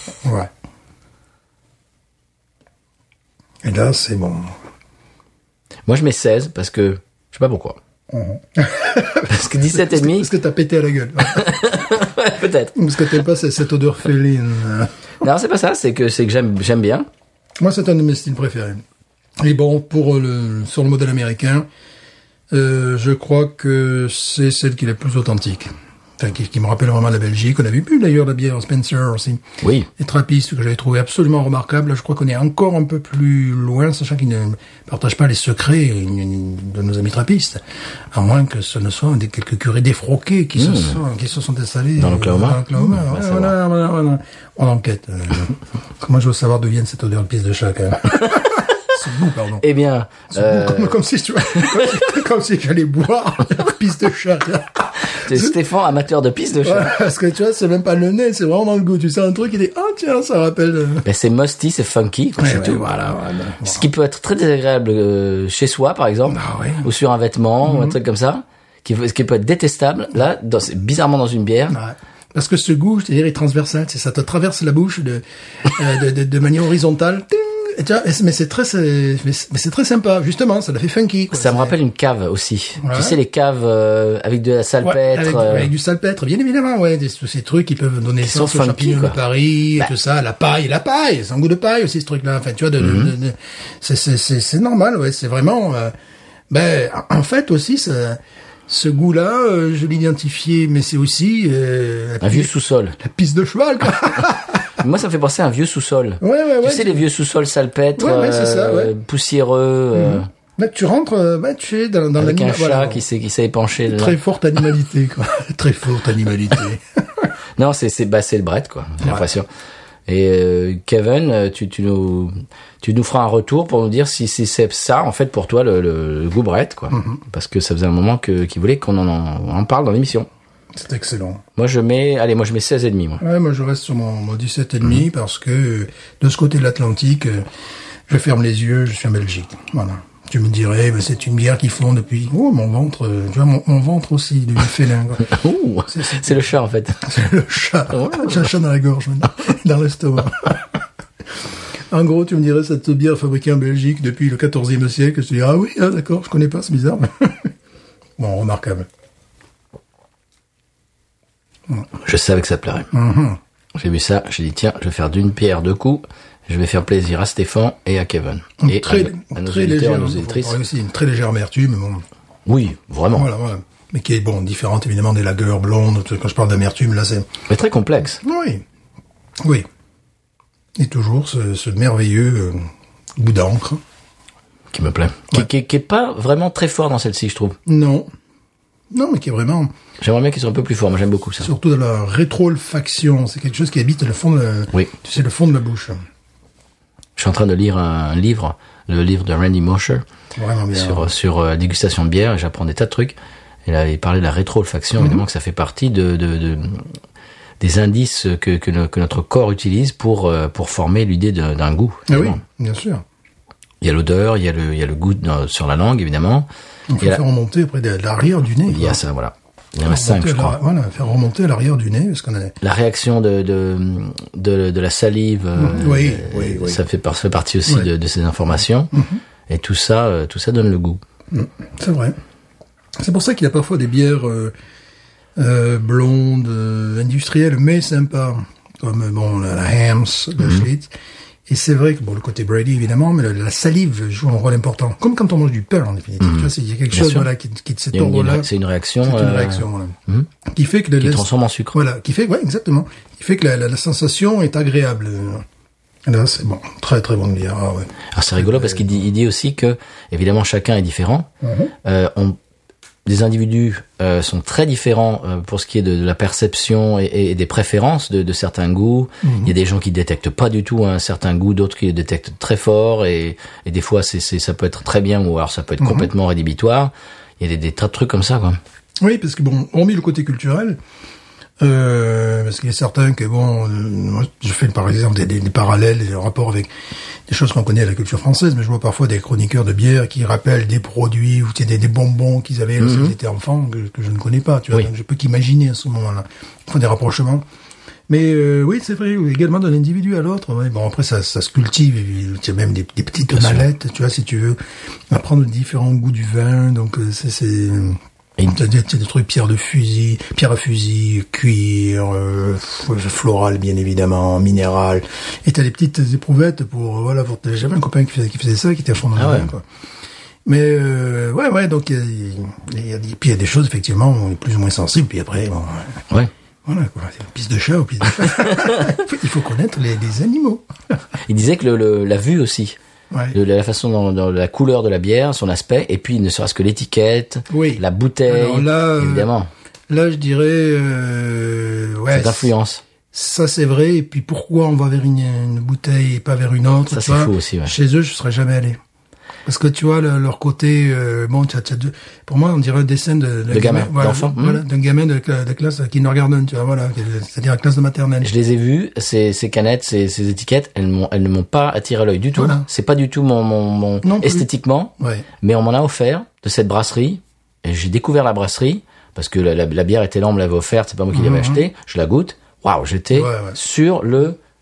[SPEAKER 2] Et là, c'est bon.
[SPEAKER 1] Moi, je mets 16 parce que, je sais pas pourquoi. Parce que 17 et demi.
[SPEAKER 2] Parce que t'as pété à la gueule.
[SPEAKER 1] Ouais, peut-être.
[SPEAKER 2] Parce que t'aimes pas cette odeur féline.
[SPEAKER 1] Non, c'est pas ça, c'est que j'aime bien.
[SPEAKER 2] Moi, c'est un de mes styles préférés. Et bon, sur le modèle américain, je crois que c'est celle qui est la plus authentique. Enfin, qui me rappelle vraiment la Belgique. On avait bu d'ailleurs la bière Spencer aussi.
[SPEAKER 1] Oui.
[SPEAKER 2] Les trappistes que j'avais trouvé absolument remarquables. Là, je crois qu'on est encore un peu plus loin, sachant qu'ils ne partagent pas les secrets de nos amis trappistes. À moins que ce ne soit quelques curés défroqués qui se sont installés
[SPEAKER 1] dans l'Oklahoma.
[SPEAKER 2] Voilà. On enquête. Moi, je veux savoir d'où vient cette odeur de pisse de chat, quand même. C'est goût, pardon.
[SPEAKER 1] Eh bien,
[SPEAKER 2] comme si j'allais boire la pisse de chat.
[SPEAKER 1] c'est Stéphane, amateur de pisse de chat.
[SPEAKER 2] Ouais, parce que tu vois, c'est même pas le nez, c'est vraiment dans le goût. Tu sais, un truc qui dit, tiens, ça rappelle.
[SPEAKER 1] Ben, c'est musty, c'est funky, quoi, c'est tout.
[SPEAKER 2] Voilà.
[SPEAKER 1] Ce qui peut être très désagréable chez soi, par exemple, ou sur un vêtement, ou un truc comme ça, ce qui peut être détestable, là, bizarrement dans une bière.
[SPEAKER 2] Ouais. Parce que ce goût, je te dirais, est transversal. Ça te traverse la bouche de manière horizontale. Mais c'est très sympa, justement, ça la fait funky, quoi.
[SPEAKER 1] Ça me rappelle une cave aussi.
[SPEAKER 2] Ouais.
[SPEAKER 1] Tu sais, les caves avec de la salpêtre.
[SPEAKER 2] Avec du salpêtre, bien évidemment, ouais. Tous ces trucs qui peuvent donner
[SPEAKER 1] sont
[SPEAKER 2] sens aux
[SPEAKER 1] funky,
[SPEAKER 2] champignons
[SPEAKER 1] quoi.
[SPEAKER 2] de Paris, et tout ça. La paille, c'est un goût de paille aussi, ce truc-là. Enfin, tu vois, c'est normal, ouais. C'est vraiment, en fait aussi, ce goût-là, je l'ai identifié, mais c'est aussi
[SPEAKER 1] Un vieux sous-sol.
[SPEAKER 2] la piste de cheval, quoi.
[SPEAKER 1] Moi, ça me fait penser à un vieux sous-sol.
[SPEAKER 2] Ouais.
[SPEAKER 1] Tu sais, les vieux sous-sols salpêtres,
[SPEAKER 2] Ouais, c'est ça, ouais.
[SPEAKER 1] poussiéreux,
[SPEAKER 2] Là, tu rentres, tu es dans
[SPEAKER 1] avec un
[SPEAKER 2] l'animal.
[SPEAKER 1] chat
[SPEAKER 2] Voilà.
[SPEAKER 1] qui s'est épanché dedans.
[SPEAKER 2] Très forte animalité, quoi. Très forte animalité.
[SPEAKER 1] Non, c'est le Brett, quoi. J'ai l'impression. Et Kevin, tu nous feras un retour pour nous dire si c'est ça, en fait, pour toi, le goût Brett, quoi. Parce que ça faisait un moment qu'il voulait qu'on en parle dans l'émission.
[SPEAKER 2] C'est excellent.
[SPEAKER 1] Moi, je mets 16,5, moi.
[SPEAKER 2] Ouais, moi je reste sur mon 17,5 parce que de ce côté de l'Atlantique, je ferme les yeux, je suis en Belgique. Voilà. Tu me dirais, c'est une bière qui fond depuis... Oh, mon ventre, tu vois, mon ventre aussi, devient félin, quoi.
[SPEAKER 1] Ouh, c'est le chat, en fait.
[SPEAKER 2] C'est le chat. J'ai un chat dans la gorge, maintenant, dans l'estomac. En gros, tu me dirais, cette bière fabriquée en Belgique depuis le 14e siècle, je te dirais, ah oui, d'accord, je connais pas, c'est bizarre. Bon, remarquable.
[SPEAKER 1] Je savais que ça te plairait. J'ai vu ça, j'ai dit, tiens, je vais faire d'une pierre deux coups. Je vais faire plaisir à Stéphane et à Kevin. Et à nos auditeurs, à nos auditrices.
[SPEAKER 2] Aussi une très légère amertume, mais bon.
[SPEAKER 1] Oui, vraiment.
[SPEAKER 2] Voilà. Mais qui est, différente évidemment des lagers blondes. Quand je parle d'amertume, là, c'est...
[SPEAKER 1] Mais très complexe.
[SPEAKER 2] Oui. Et toujours ce merveilleux goût d'encre.
[SPEAKER 1] Qui me plaît.
[SPEAKER 2] Ouais.
[SPEAKER 1] Qui est pas vraiment très fort dans celle-ci, je trouve.
[SPEAKER 2] Non, mais qui est vraiment...
[SPEAKER 1] J'aimerais bien qu'il soit un peu plus fort, moi j'aime beaucoup ça.
[SPEAKER 2] Surtout de la rétro-olfaction. C'est quelque chose qui habite le fond de...
[SPEAKER 1] Oui.
[SPEAKER 2] Tu sais, le fond de la bouche.
[SPEAKER 1] Je suis en train de lire un livre, le livre de Randy Mosher,
[SPEAKER 2] Vraiment bien.
[SPEAKER 1] sur la dégustation de bière, et j'apprends des tas de trucs. Et là, il parlait de la rétro-olfaction, évidemment que ça fait partie des indices que notre corps utilise pour former l'idée d'un goût.
[SPEAKER 2] Ah oui, bien sûr.
[SPEAKER 1] Il y a l'odeur, il y a le goût sur la langue, évidemment.
[SPEAKER 2] Il faut faire remonter après de l'arrière du nez.
[SPEAKER 1] Il y a ça, voilà. Il y en a 5, je crois.
[SPEAKER 2] Voilà, faire remonter à l'arrière du nez, parce qu'on a...
[SPEAKER 1] La réaction de la salive,
[SPEAKER 2] Oui.
[SPEAKER 1] ça fait partie aussi de ces informations. Et tout ça donne le goût.
[SPEAKER 2] C'est vrai. C'est pour ça qu'il y a parfois des bières blondes, industrielles, mais sympas, comme la Hams, la Schlitz. Et c'est vrai que le côté Brady évidemment, mais la salive joue un rôle important. Comme quand on mange du pain en définitive. Tu vois, il y a quelque chose qui de cet ordre-là.
[SPEAKER 1] C'est une réaction.
[SPEAKER 2] C'est une réaction, voilà. Qui fait que
[SPEAKER 1] qui transforme en sucre.
[SPEAKER 2] Voilà, exactement. Qui fait que la sensation est agréable. Là, c'est bon, très très bonne bière. Ah, ouais.
[SPEAKER 1] Alors c'est rigolo parce qu'il dit aussi que évidemment chacun est différent. Les individus sont très différents pour ce qui est de la perception et des préférences de certains goûts. Il y a des gens qui détectent pas du tout un certain goût, d'autres qui le détectent très fort et des fois ça peut être très bien ou alors ça peut être complètement rédhibitoire. Il y a des tas de trucs comme ça, quoi.
[SPEAKER 2] Oui, parce que hormis le côté culturel, parce qu'il est certain que moi, je fais par exemple des parallèles, des rapports avec des choses qu'on connaît à la culture française, mais je vois parfois des chroniqueurs de bière qui rappellent des produits ou des bonbons qu'ils avaient lorsqu'ils étaient enfants que je ne connais pas, tu vois. Donc je peux qu'imaginer à ce moment-là. Ils font des rapprochements. Mais oui, c'est vrai, également d'un individu à l'autre. Ouais. Bon, après ça se cultive. Il y a même des petites mallettes, tu vois, si tu veux apprendre différents goûts du vin. Donc c'est t'as des trucs pierre à fusil, cuir, floral bien évidemment, minéral. Et t'as des petites éprouvettes pour j'avais un copain qui faisait ça, qui était à fond dans le vin, quoi. Mais donc il y a des choses effectivement on est plus ou moins sensible. Puis après voilà quoi, c'est une piste de chat ou piste de chat. Il faut connaître les animaux. Il
[SPEAKER 1] disait que la vue aussi. La façon dans la couleur de la bière, son aspect, et puis ne serait-ce que l'étiquette, la bouteille, alors là, évidemment.
[SPEAKER 2] Là, je dirais,
[SPEAKER 1] cette influence.
[SPEAKER 2] Ça, c'est vrai. Et puis, pourquoi on va vers une bouteille et pas vers une autre?
[SPEAKER 1] Ça, c'est fou aussi, ouais.
[SPEAKER 2] Chez eux, je serais jamais allé. Parce que tu vois, leur côté, pour moi, on dirait un dessin de
[SPEAKER 1] gamin, d'enfant.
[SPEAKER 2] Voilà, d'un gamin de classe kindergarten, tu vois, voilà, c'est-à-dire la classe de maternelle.
[SPEAKER 1] Je les ai vus, ces canettes, ces étiquettes, elles ne m'ont pas attiré l'œil du tout. Voilà. C'est pas du tout mon esthétiquement, mais on m'en a offert de cette brasserie, et j'ai découvert la brasserie, parce que la bière était là, on me l'avait offerte, c'est pas moi qui l'avais acheté, je la goûte, waouh, j'étais sur le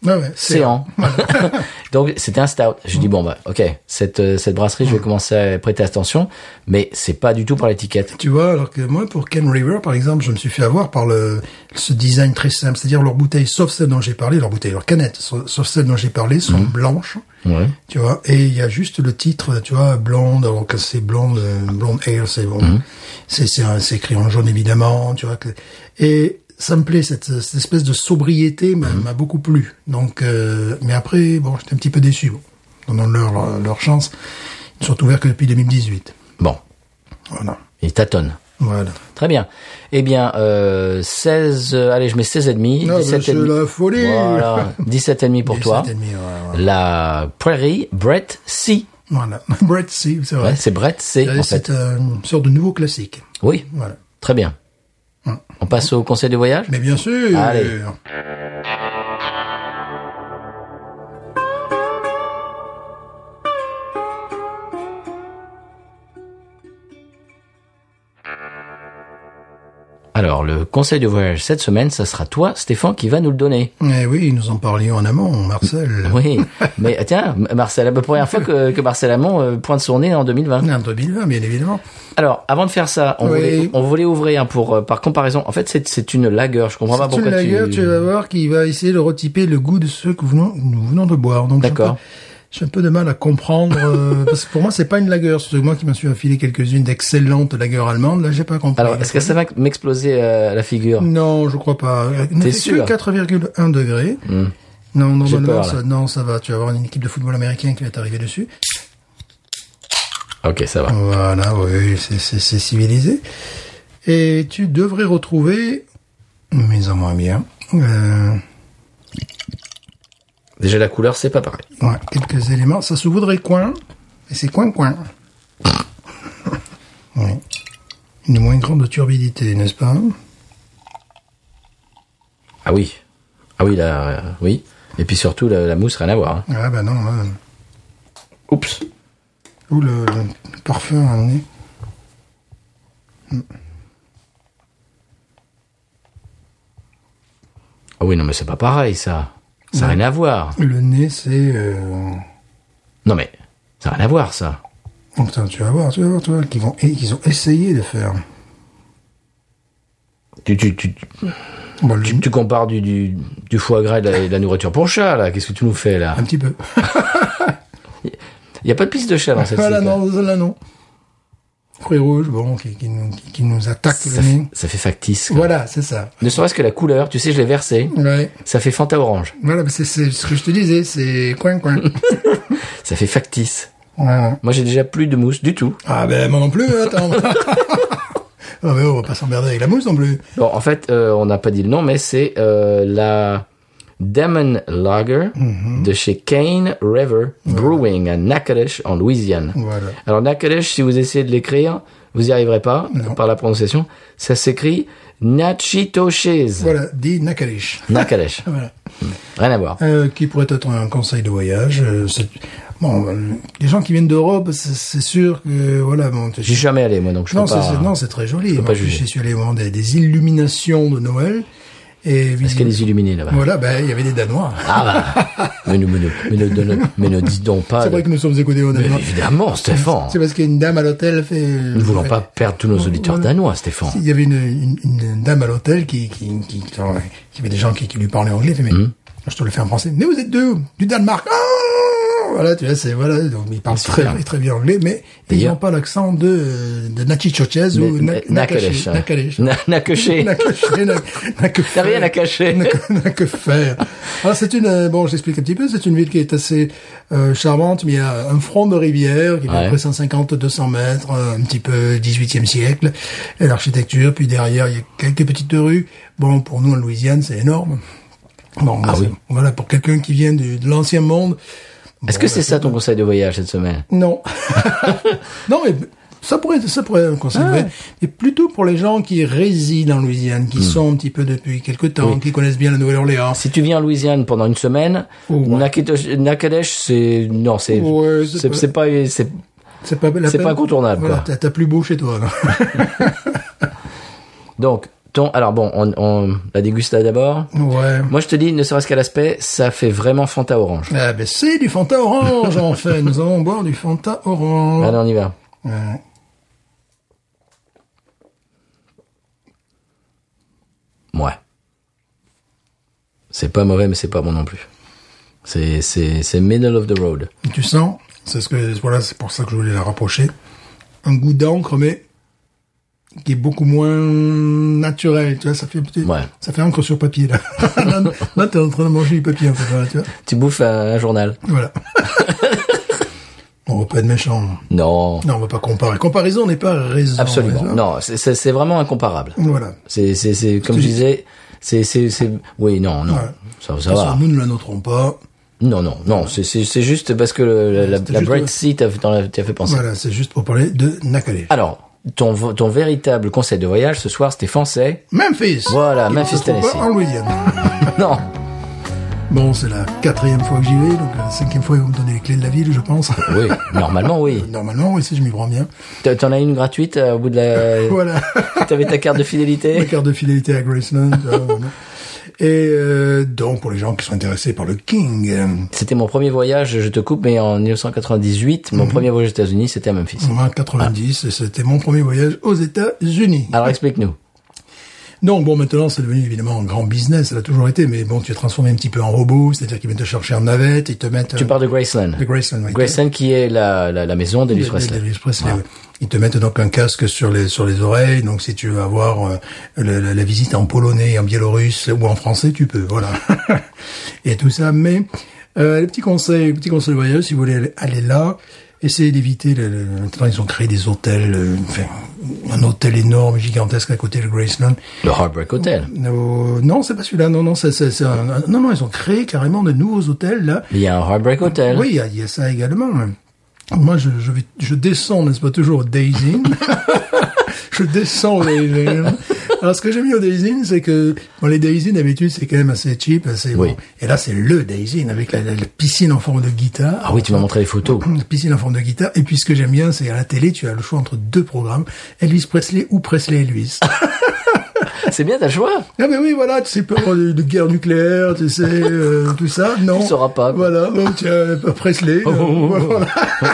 [SPEAKER 2] Ah ouais,
[SPEAKER 1] Céan. Donc c'était un stout. Je dis bon bah ok, cette brasserie, je vais commencer à prêter attention, mais c'est pas du tout par l'étiquette.
[SPEAKER 2] Tu vois, alors que moi, pour Ken River, par exemple, je me suis fait avoir par ce design très simple. C'est-à-dire leurs bouteilles, sauf celles dont j'ai parlé, leurs canettes, sauf celles dont j'ai parlé, sont blanches.
[SPEAKER 1] Ouais.
[SPEAKER 2] Tu vois, et il y a juste le titre, tu vois, blonde, alors que c'est blonde ale, c'est bon. C'est écrit en jaune, évidemment, tu vois. Et ça me plaît, cette espèce de sobriété m'a beaucoup plu. Donc, mais après, bon, j'étais un petit peu déçu. Bon, donnant leur chance. Ils sont ouverts que depuis 2018.
[SPEAKER 1] Bon.
[SPEAKER 2] Voilà.
[SPEAKER 1] Ils tâtonnent.
[SPEAKER 2] Voilà.
[SPEAKER 1] Très bien. Eh bien, 16, allez, je mets 16,5.
[SPEAKER 2] Non,
[SPEAKER 1] 17
[SPEAKER 2] c'est la folie.
[SPEAKER 1] Voilà. 17,5 pour toi.
[SPEAKER 2] 17,5, ouais.
[SPEAKER 1] La Prairie Brett C.
[SPEAKER 2] Voilà. Brett C, c'est vrai.
[SPEAKER 1] Ouais, c'est Brett C, en fait.
[SPEAKER 2] C'est une sorte de nouveau classique.
[SPEAKER 1] Oui.
[SPEAKER 2] Voilà.
[SPEAKER 1] Très bien. On passe au conseil de voyage?
[SPEAKER 2] Mais bien sûr.
[SPEAKER 1] Allez. Alors, le conseil de voyage cette semaine, ça sera toi, Stéphane, qui va nous le donner.
[SPEAKER 2] Eh oui, nous en parlions en amont, Marcel.
[SPEAKER 1] Oui, mais tiens, Marcel, la première fois que Marcel Amont pointe son nez en 2020.
[SPEAKER 2] En 2020, bien évidemment.
[SPEAKER 1] Alors, avant de faire ça, on voulait ouvrir par comparaison. En fait, c'est une lager. Je comprends pas pourquoi
[SPEAKER 2] c'est une lager, tu vas voir, qui va essayer de retyper le goût de ceux que nous venons de boire. Donc,
[SPEAKER 1] d'accord.
[SPEAKER 2] J'ai un peu de mal à comprendre, parce que pour moi, c'est pas une lager. C'est moi qui m'en suis affilé quelques-unes d'excellentes lagers allemandes. Là, j'ai pas compris.
[SPEAKER 1] Alors, est-ce que ça va m'exploser la figure?
[SPEAKER 2] Non, je crois pas.
[SPEAKER 1] T'es sûr?
[SPEAKER 2] 4,1 degrés. Non,
[SPEAKER 1] J'ai
[SPEAKER 2] normalement,
[SPEAKER 1] peur,
[SPEAKER 2] ça va. Tu vas avoir une équipe de football américain qui va t'arriver dessus.
[SPEAKER 1] Ok, ça va.
[SPEAKER 2] Voilà, oui, c'est civilisé. Et tu devrais retrouver, mais en moins bien,
[SPEAKER 1] Déjà, la couleur, c'est pas pareil.
[SPEAKER 2] ouais, quelques éléments. Ça se voudrait coin, et c'est coin. Oui. Une moins grande turbidité, n'est-ce pas?
[SPEAKER 1] Ah oui. Ah oui, là, oui. Et puis surtout, la mousse, rien à voir. Hein.
[SPEAKER 2] Ah bah non.
[SPEAKER 1] Oups.
[SPEAKER 2] Ou le parfum à nez.
[SPEAKER 1] Ah oui, non, mais c'est pas pareil, ça. Ça n'a rien à voir.
[SPEAKER 2] Le nez, c'est...
[SPEAKER 1] Non, mais ça n'a rien à voir, ça.
[SPEAKER 2] Donc, tu vas voir, toi, qu'ils ont essayé de faire. Bon,
[SPEAKER 1] Tu compares du foie gras et de la nourriture pour chat, là. Qu'est-ce que tu nous fais, là?
[SPEAKER 2] un petit peu.
[SPEAKER 1] Il n'y a pas de piste de chat dans cette
[SPEAKER 2] Voilà,
[SPEAKER 1] suite,
[SPEAKER 2] non, celle-là, non. Fruits rouges, bon, qui nous attaque le nez.
[SPEAKER 1] Ça fait factice. Quoi.
[SPEAKER 2] Voilà, c'est ça.
[SPEAKER 1] Ne serait-ce que la couleur, tu sais, je l'ai versé.
[SPEAKER 2] Ouais.
[SPEAKER 1] Ça fait Fanta orange.
[SPEAKER 2] Voilà, c'est ce que je te disais, c'est coin.
[SPEAKER 1] Ça fait factice.
[SPEAKER 2] Ouais.
[SPEAKER 1] Moi, j'ai déjà plus de mousse du tout.
[SPEAKER 2] Ah ben, moi non plus, attends. Ah mais on va pas s'emmerder avec la mousse non plus.
[SPEAKER 1] Bon, en fait, on n'a pas dit le nom, mais c'est la Demon Lager de chez Cane River Brewing à Natchitoches en Louisiane.
[SPEAKER 2] Voilà.
[SPEAKER 1] Alors Natchitoches, si vous essayez de l'écrire, vous n'y arriverez pas par la prononciation. Ça s'écrit Natchitoches.
[SPEAKER 2] Voilà, dit Natchitoches.
[SPEAKER 1] Natchitoches.
[SPEAKER 2] Voilà.
[SPEAKER 1] Rien à voir.
[SPEAKER 2] Qui pourrait être un conseil de voyage. Les gens qui viennent d'Europe, c'est sûr que voilà. Bon,
[SPEAKER 1] J'y suis jamais allé moi, donc je peux pas.
[SPEAKER 2] Non, c'est très joli.
[SPEAKER 1] Je peux pas juger.
[SPEAKER 2] Je suis allé voir des illuminations de Noël.
[SPEAKER 1] Est-ce qu'il y a des illuminés là-bas?
[SPEAKER 2] Voilà, il y avait des Danois.
[SPEAKER 1] Ah bah. mais ne dis donc pas.
[SPEAKER 2] C'est vrai que nous sommes écoutés aux Danois.
[SPEAKER 1] Évidemment, Stéphane.
[SPEAKER 2] C'est parce qu'il y a une dame à l'hôtel.
[SPEAKER 1] Nous ne voulons pas perdre tous nos auditeurs danois, Stéphane.
[SPEAKER 2] Il y avait une dame à l'hôtel qui avait des gens qui lui parlaient anglais. Elle fait, mais je te le fais en français. Mais vous êtes d'où? Du Danemark. Ah! Voilà, tu vois, voilà, donc ils parlent très bien anglais, mais ils n'ont pas l'accent de Natchitoches ou
[SPEAKER 1] Natchitoches. T'as rien à cacher.
[SPEAKER 2] N'a que faire. Alors c'est j'explique un petit peu, c'est une ville qui est assez charmante, mais il y a un front de rivière qui fait à peu près 150-200 mètres, un petit peu 18e siècle, et l'architecture, puis derrière il y a quelques petites rues. Bon, pour nous en Louisiane, c'est énorme. Bon,
[SPEAKER 1] oui.
[SPEAKER 2] Voilà, pour quelqu'un qui vient de l'ancien monde.
[SPEAKER 1] Est-ce que c'est ça ton conseil de voyage cette semaine?
[SPEAKER 2] Non. Non, mais ça pourrait être un conseil de voyage. Mais plutôt pour les gens qui résident en Louisiane, qui sont un petit peu depuis quelque temps, qui connaissent bien la Nouvelle-Orléans.
[SPEAKER 1] Si tu viens en Louisiane pendant une semaine, Natchitoches, c'est pas incontournable,
[SPEAKER 2] voilà,
[SPEAKER 1] quoi.
[SPEAKER 2] t'as plus beau chez toi.
[SPEAKER 1] Donc, Alors bon, on la déguste d'abord.
[SPEAKER 2] Ouais.
[SPEAKER 1] Moi, je te dis, ne serait-ce qu'à l'aspect, ça fait vraiment Fanta orange.
[SPEAKER 2] Ah ben c'est du Fanta orange en fait. Nous allons boire du Fanta orange.
[SPEAKER 1] Allez, on y va.
[SPEAKER 2] Ouais.
[SPEAKER 1] Ouais. C'est pas mauvais, mais c'est pas bon non plus. C'est middle of the road.
[SPEAKER 2] Tu sens, c'est pour ça que je voulais la rapprocher. Un goût d'encre, mais qui est beaucoup moins naturel, tu vois, ça fait encre sur papier, là. Là, t'es en train de manger du papier, un peu, là, tu vois.
[SPEAKER 1] Tu bouffes un journal.
[SPEAKER 2] Voilà. On va pas être méchant.
[SPEAKER 1] Non.
[SPEAKER 2] Non, on va pas comparer. Comparaison n'est pas raison.
[SPEAKER 1] Absolument.
[SPEAKER 2] Raison.
[SPEAKER 1] Non, c'est vraiment incomparable.
[SPEAKER 2] Voilà.
[SPEAKER 1] C'est comme je disais, oui, non.
[SPEAKER 2] Ouais.
[SPEAKER 1] Ça va.
[SPEAKER 2] Nous ne la noterons pas.
[SPEAKER 1] Non, c'est juste parce que la Bright Sea t'a fait penser.
[SPEAKER 2] Voilà, c'est juste pour parler de Nakale.
[SPEAKER 1] Alors, ton véritable conseil de voyage ce soir, Stéphane, c'est
[SPEAKER 2] Memphis.
[SPEAKER 1] Voilà,
[SPEAKER 2] Qui
[SPEAKER 1] Memphis,
[SPEAKER 2] se trouve
[SPEAKER 1] Tennessee.
[SPEAKER 2] pas en Louisiane.
[SPEAKER 1] Non.
[SPEAKER 2] Bon, c'est la 4e fois que j'y vais, donc la 5e fois, ils vont me donner les clés de la ville, je pense.
[SPEAKER 1] Oui, normalement, oui.
[SPEAKER 2] Normalement, oui, si je m'y prends bien.
[SPEAKER 1] T'en as une gratuite au bout de la...
[SPEAKER 2] Voilà.
[SPEAKER 1] T'avais ta carte de
[SPEAKER 2] Ma
[SPEAKER 1] fidélité.
[SPEAKER 2] carte de fidélité à Graceland. Voilà. Et donc, pour les gens qui sont intéressés par le King,
[SPEAKER 1] C'était mon premier voyage, je te coupe, mais en 1998, mon premier voyage aux États-Unis, c'était à Memphis.
[SPEAKER 2] en 90, et c'était mon premier voyage aux États-Unis.
[SPEAKER 1] Alors explique-nous.
[SPEAKER 2] Donc bon, maintenant c'est devenu évidemment un grand business, ça l'a toujours été, mais bon, tu es transformé un petit peu en robot, c'est-à-dire qu'ils viennent te chercher en navette, ils te mettent...
[SPEAKER 1] Tu parles de Graceland.
[SPEAKER 2] de Graceland, oui.
[SPEAKER 1] Graceland qui est la maison d'Elvis Presley.
[SPEAKER 2] Elvis Presley, oui. Ils te mettent donc un casque sur les oreilles, donc si tu veux avoir la visite en polonais, en biélorusse ou en français, tu peux, voilà. Et tout ça, mais les petits conseils de voyage, si vous voulez aller là, essayez d'éviter maintenant ils ont créé des hôtels, un hôtel énorme, gigantesque à côté de Graceland.
[SPEAKER 1] Le Heartbreak Hotel.
[SPEAKER 2] Non, c'est pas celui-là. Non, non, ils ont créé carrément de nouveaux hôtels là.
[SPEAKER 1] Il y a un Heartbreak Hotel.
[SPEAKER 2] Oui, il y a ça également. Moi, je descends, n'est-ce pas, toujours au Days Inn. Je descends au Days Inn. Alors, ce que j'aime bien au Days Inn, c'est que les Days Inn, d'habitude, c'est quand même assez cheap, assez
[SPEAKER 1] Oui.
[SPEAKER 2] bon. Et là, c'est le Days Inn avec la piscine en forme de guitare.
[SPEAKER 1] Ah oui, tu m'as montré les photos.
[SPEAKER 2] La piscine en forme de guitare. Et puis, ce que j'aime bien, c'est à la télé, tu as le choix entre 2 programmes. Elvis Presley ou Presley Elvis.
[SPEAKER 1] C'est bien, t'as le choix.
[SPEAKER 2] Ah mais oui, voilà, tu sais pas de guerre nucléaire, tu sais, tout ça, non.
[SPEAKER 1] Tu sauras pas, quoi.
[SPEAKER 2] Voilà, donc tu as Presley. Voilà.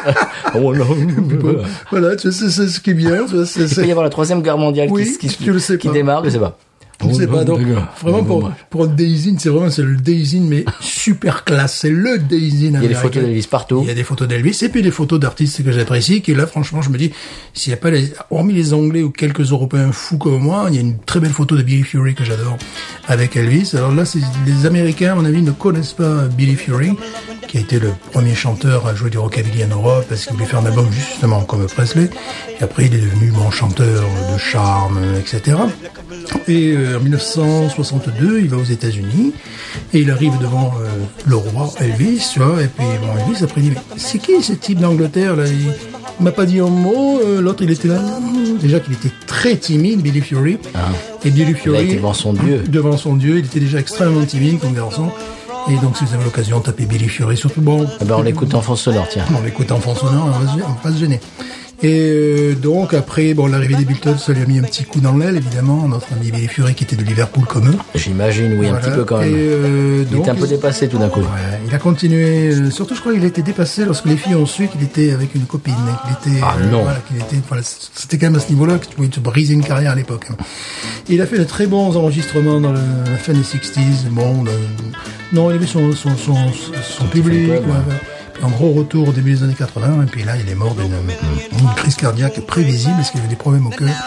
[SPEAKER 2] Voilà, tu sais, c'est ce qui est bien. Tu vois,
[SPEAKER 1] Il peut y avoir la 3e guerre mondiale
[SPEAKER 2] Oui, tu le sais
[SPEAKER 1] qui
[SPEAKER 2] pas.
[SPEAKER 1] démarre, je sais pas.
[SPEAKER 2] Je ne sais pas, donc, vraiment pour un Days Inn, c'est le Days Inn, mais super classe. C'est le Days Inn.
[SPEAKER 1] Il y a des photos d'Elvis partout.
[SPEAKER 2] Il y a des photos d'Elvis, et puis des photos d'artistes que j'apprécie, qui là, franchement, je me dis, s'il n'y a pas hormis les Anglais ou quelques Européens fous comme moi, il y a une très belle photo de Billy Fury que j'adore avec Elvis. Alors là, les Américains, à mon avis, ne connaissent pas Billy Fury, qui a été le premier chanteur à jouer du rockabilly en Europe, parce qu'il voulait faire un album justement comme Presley. Et après, il est devenu chanteur de charme, etc. Et en 1962, il va aux États-Unis et il arrive devant le roi Elvis, tu vois. Et puis Elvis après il dit, mais c'est qui ce type d'Angleterre là? Il m'a pas dit un mot. L'autre il était là. Déjà qu'il était très timide, Billy Fury. Et Billy Fury,
[SPEAKER 1] il était devant son dieu.
[SPEAKER 2] Devant son dieu, il était déjà extrêmement timide comme garçon. Et donc, si vous avez l'occasion, tapez Billy Fury, surtout
[SPEAKER 1] on l'écoute en fond sonore, tiens.
[SPEAKER 2] On l'écoute en fond sonore, on va pas se gêner. Et donc après, l'arrivée des Beatles, ça lui a mis un petit coup dans l'aile, évidemment. Notre ami Billy Fury qui était de Liverpool comme eux.
[SPEAKER 1] J'imagine, oui,
[SPEAKER 2] Voilà.
[SPEAKER 1] un petit peu quand même.
[SPEAKER 2] Et,
[SPEAKER 1] il était un peu dépassé tout d'un coup.
[SPEAKER 2] Ouais, il a continué. Surtout, je crois qu'il a été dépassé lorsque les filles ont su qu'il était avec une copine. Qu'il était,
[SPEAKER 1] non.
[SPEAKER 2] C'était quand même à ce niveau-là que tu pouvais te briser une carrière à l'époque. Et il a fait de très bons enregistrements dans la fin des 60s. Non, il avait son public.
[SPEAKER 1] club, ouais.
[SPEAKER 2] Un gros retour au début des années 80, et puis là, il est mort d'une crise cardiaque prévisible, parce qu'il avait des problèmes au cœur.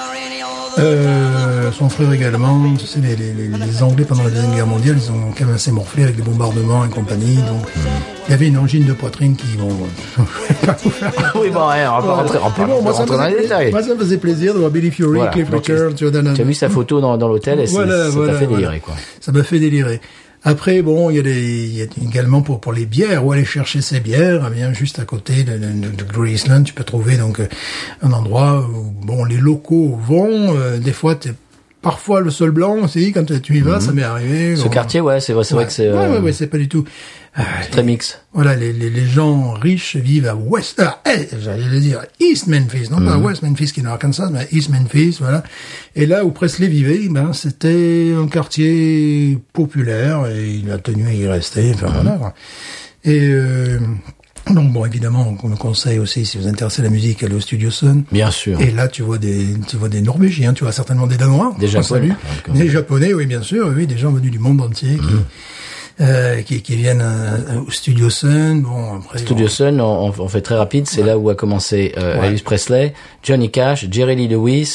[SPEAKER 2] Son frère également, tu sais, les Anglais pendant la Deuxième Guerre mondiale, ils ont quand même assez morflé avec des bombardements et compagnie, donc il y avait une angine de poitrine qui, pas vous faire.
[SPEAKER 1] Oui, on va pas rentrer dans les détails.
[SPEAKER 2] Moi, ça me faisait plaisir de voir Billy Fury,
[SPEAKER 1] Voilà.
[SPEAKER 2] Cliff
[SPEAKER 1] Donc,
[SPEAKER 2] Richard, tu
[SPEAKER 1] as vu sa photo dans l'hôtel et ça t'a fait délirer, quoi.
[SPEAKER 2] Ça m'a fait délirer. Après, il y a également pour les bières, où aller chercher ces bières, eh bien, juste à côté de Graceland, tu peux trouver donc un endroit où, les locaux vont, des fois, parfois le sol blanc aussi, quand tu y vas, ça m'est arrivé.
[SPEAKER 1] Ce quartier, ouais, c'est vrai que c'est...
[SPEAKER 2] Ouais, c'est pas du tout...
[SPEAKER 1] très mix.
[SPEAKER 2] Voilà, les gens riches vivent à j'allais le dire, East Memphis, non pas West Memphis qui est dans Arkansas, mais East Memphis, voilà. Et là où Presley vivait, c'était un quartier populaire et il a tenu à y rester, enfin voilà. Quoi. Et donc bon, évidemment, on me conseille aussi, si vous vous intéressez à la musique, aller au Studio Sun.
[SPEAKER 1] Bien sûr.
[SPEAKER 2] Et là, tu vois des Norvégiens, tu vois certainement des Danois,
[SPEAKER 1] des Japonais,
[SPEAKER 2] des Japonais, oui, bien sûr, oui, des gens venus du monde entier qui viennent au Studio Sun. Bon, après,
[SPEAKER 1] Studio Sun, on fait très rapide, c'est là où a commencé Elvis Presley, Johnny Cash, Jerry Lee Lewis,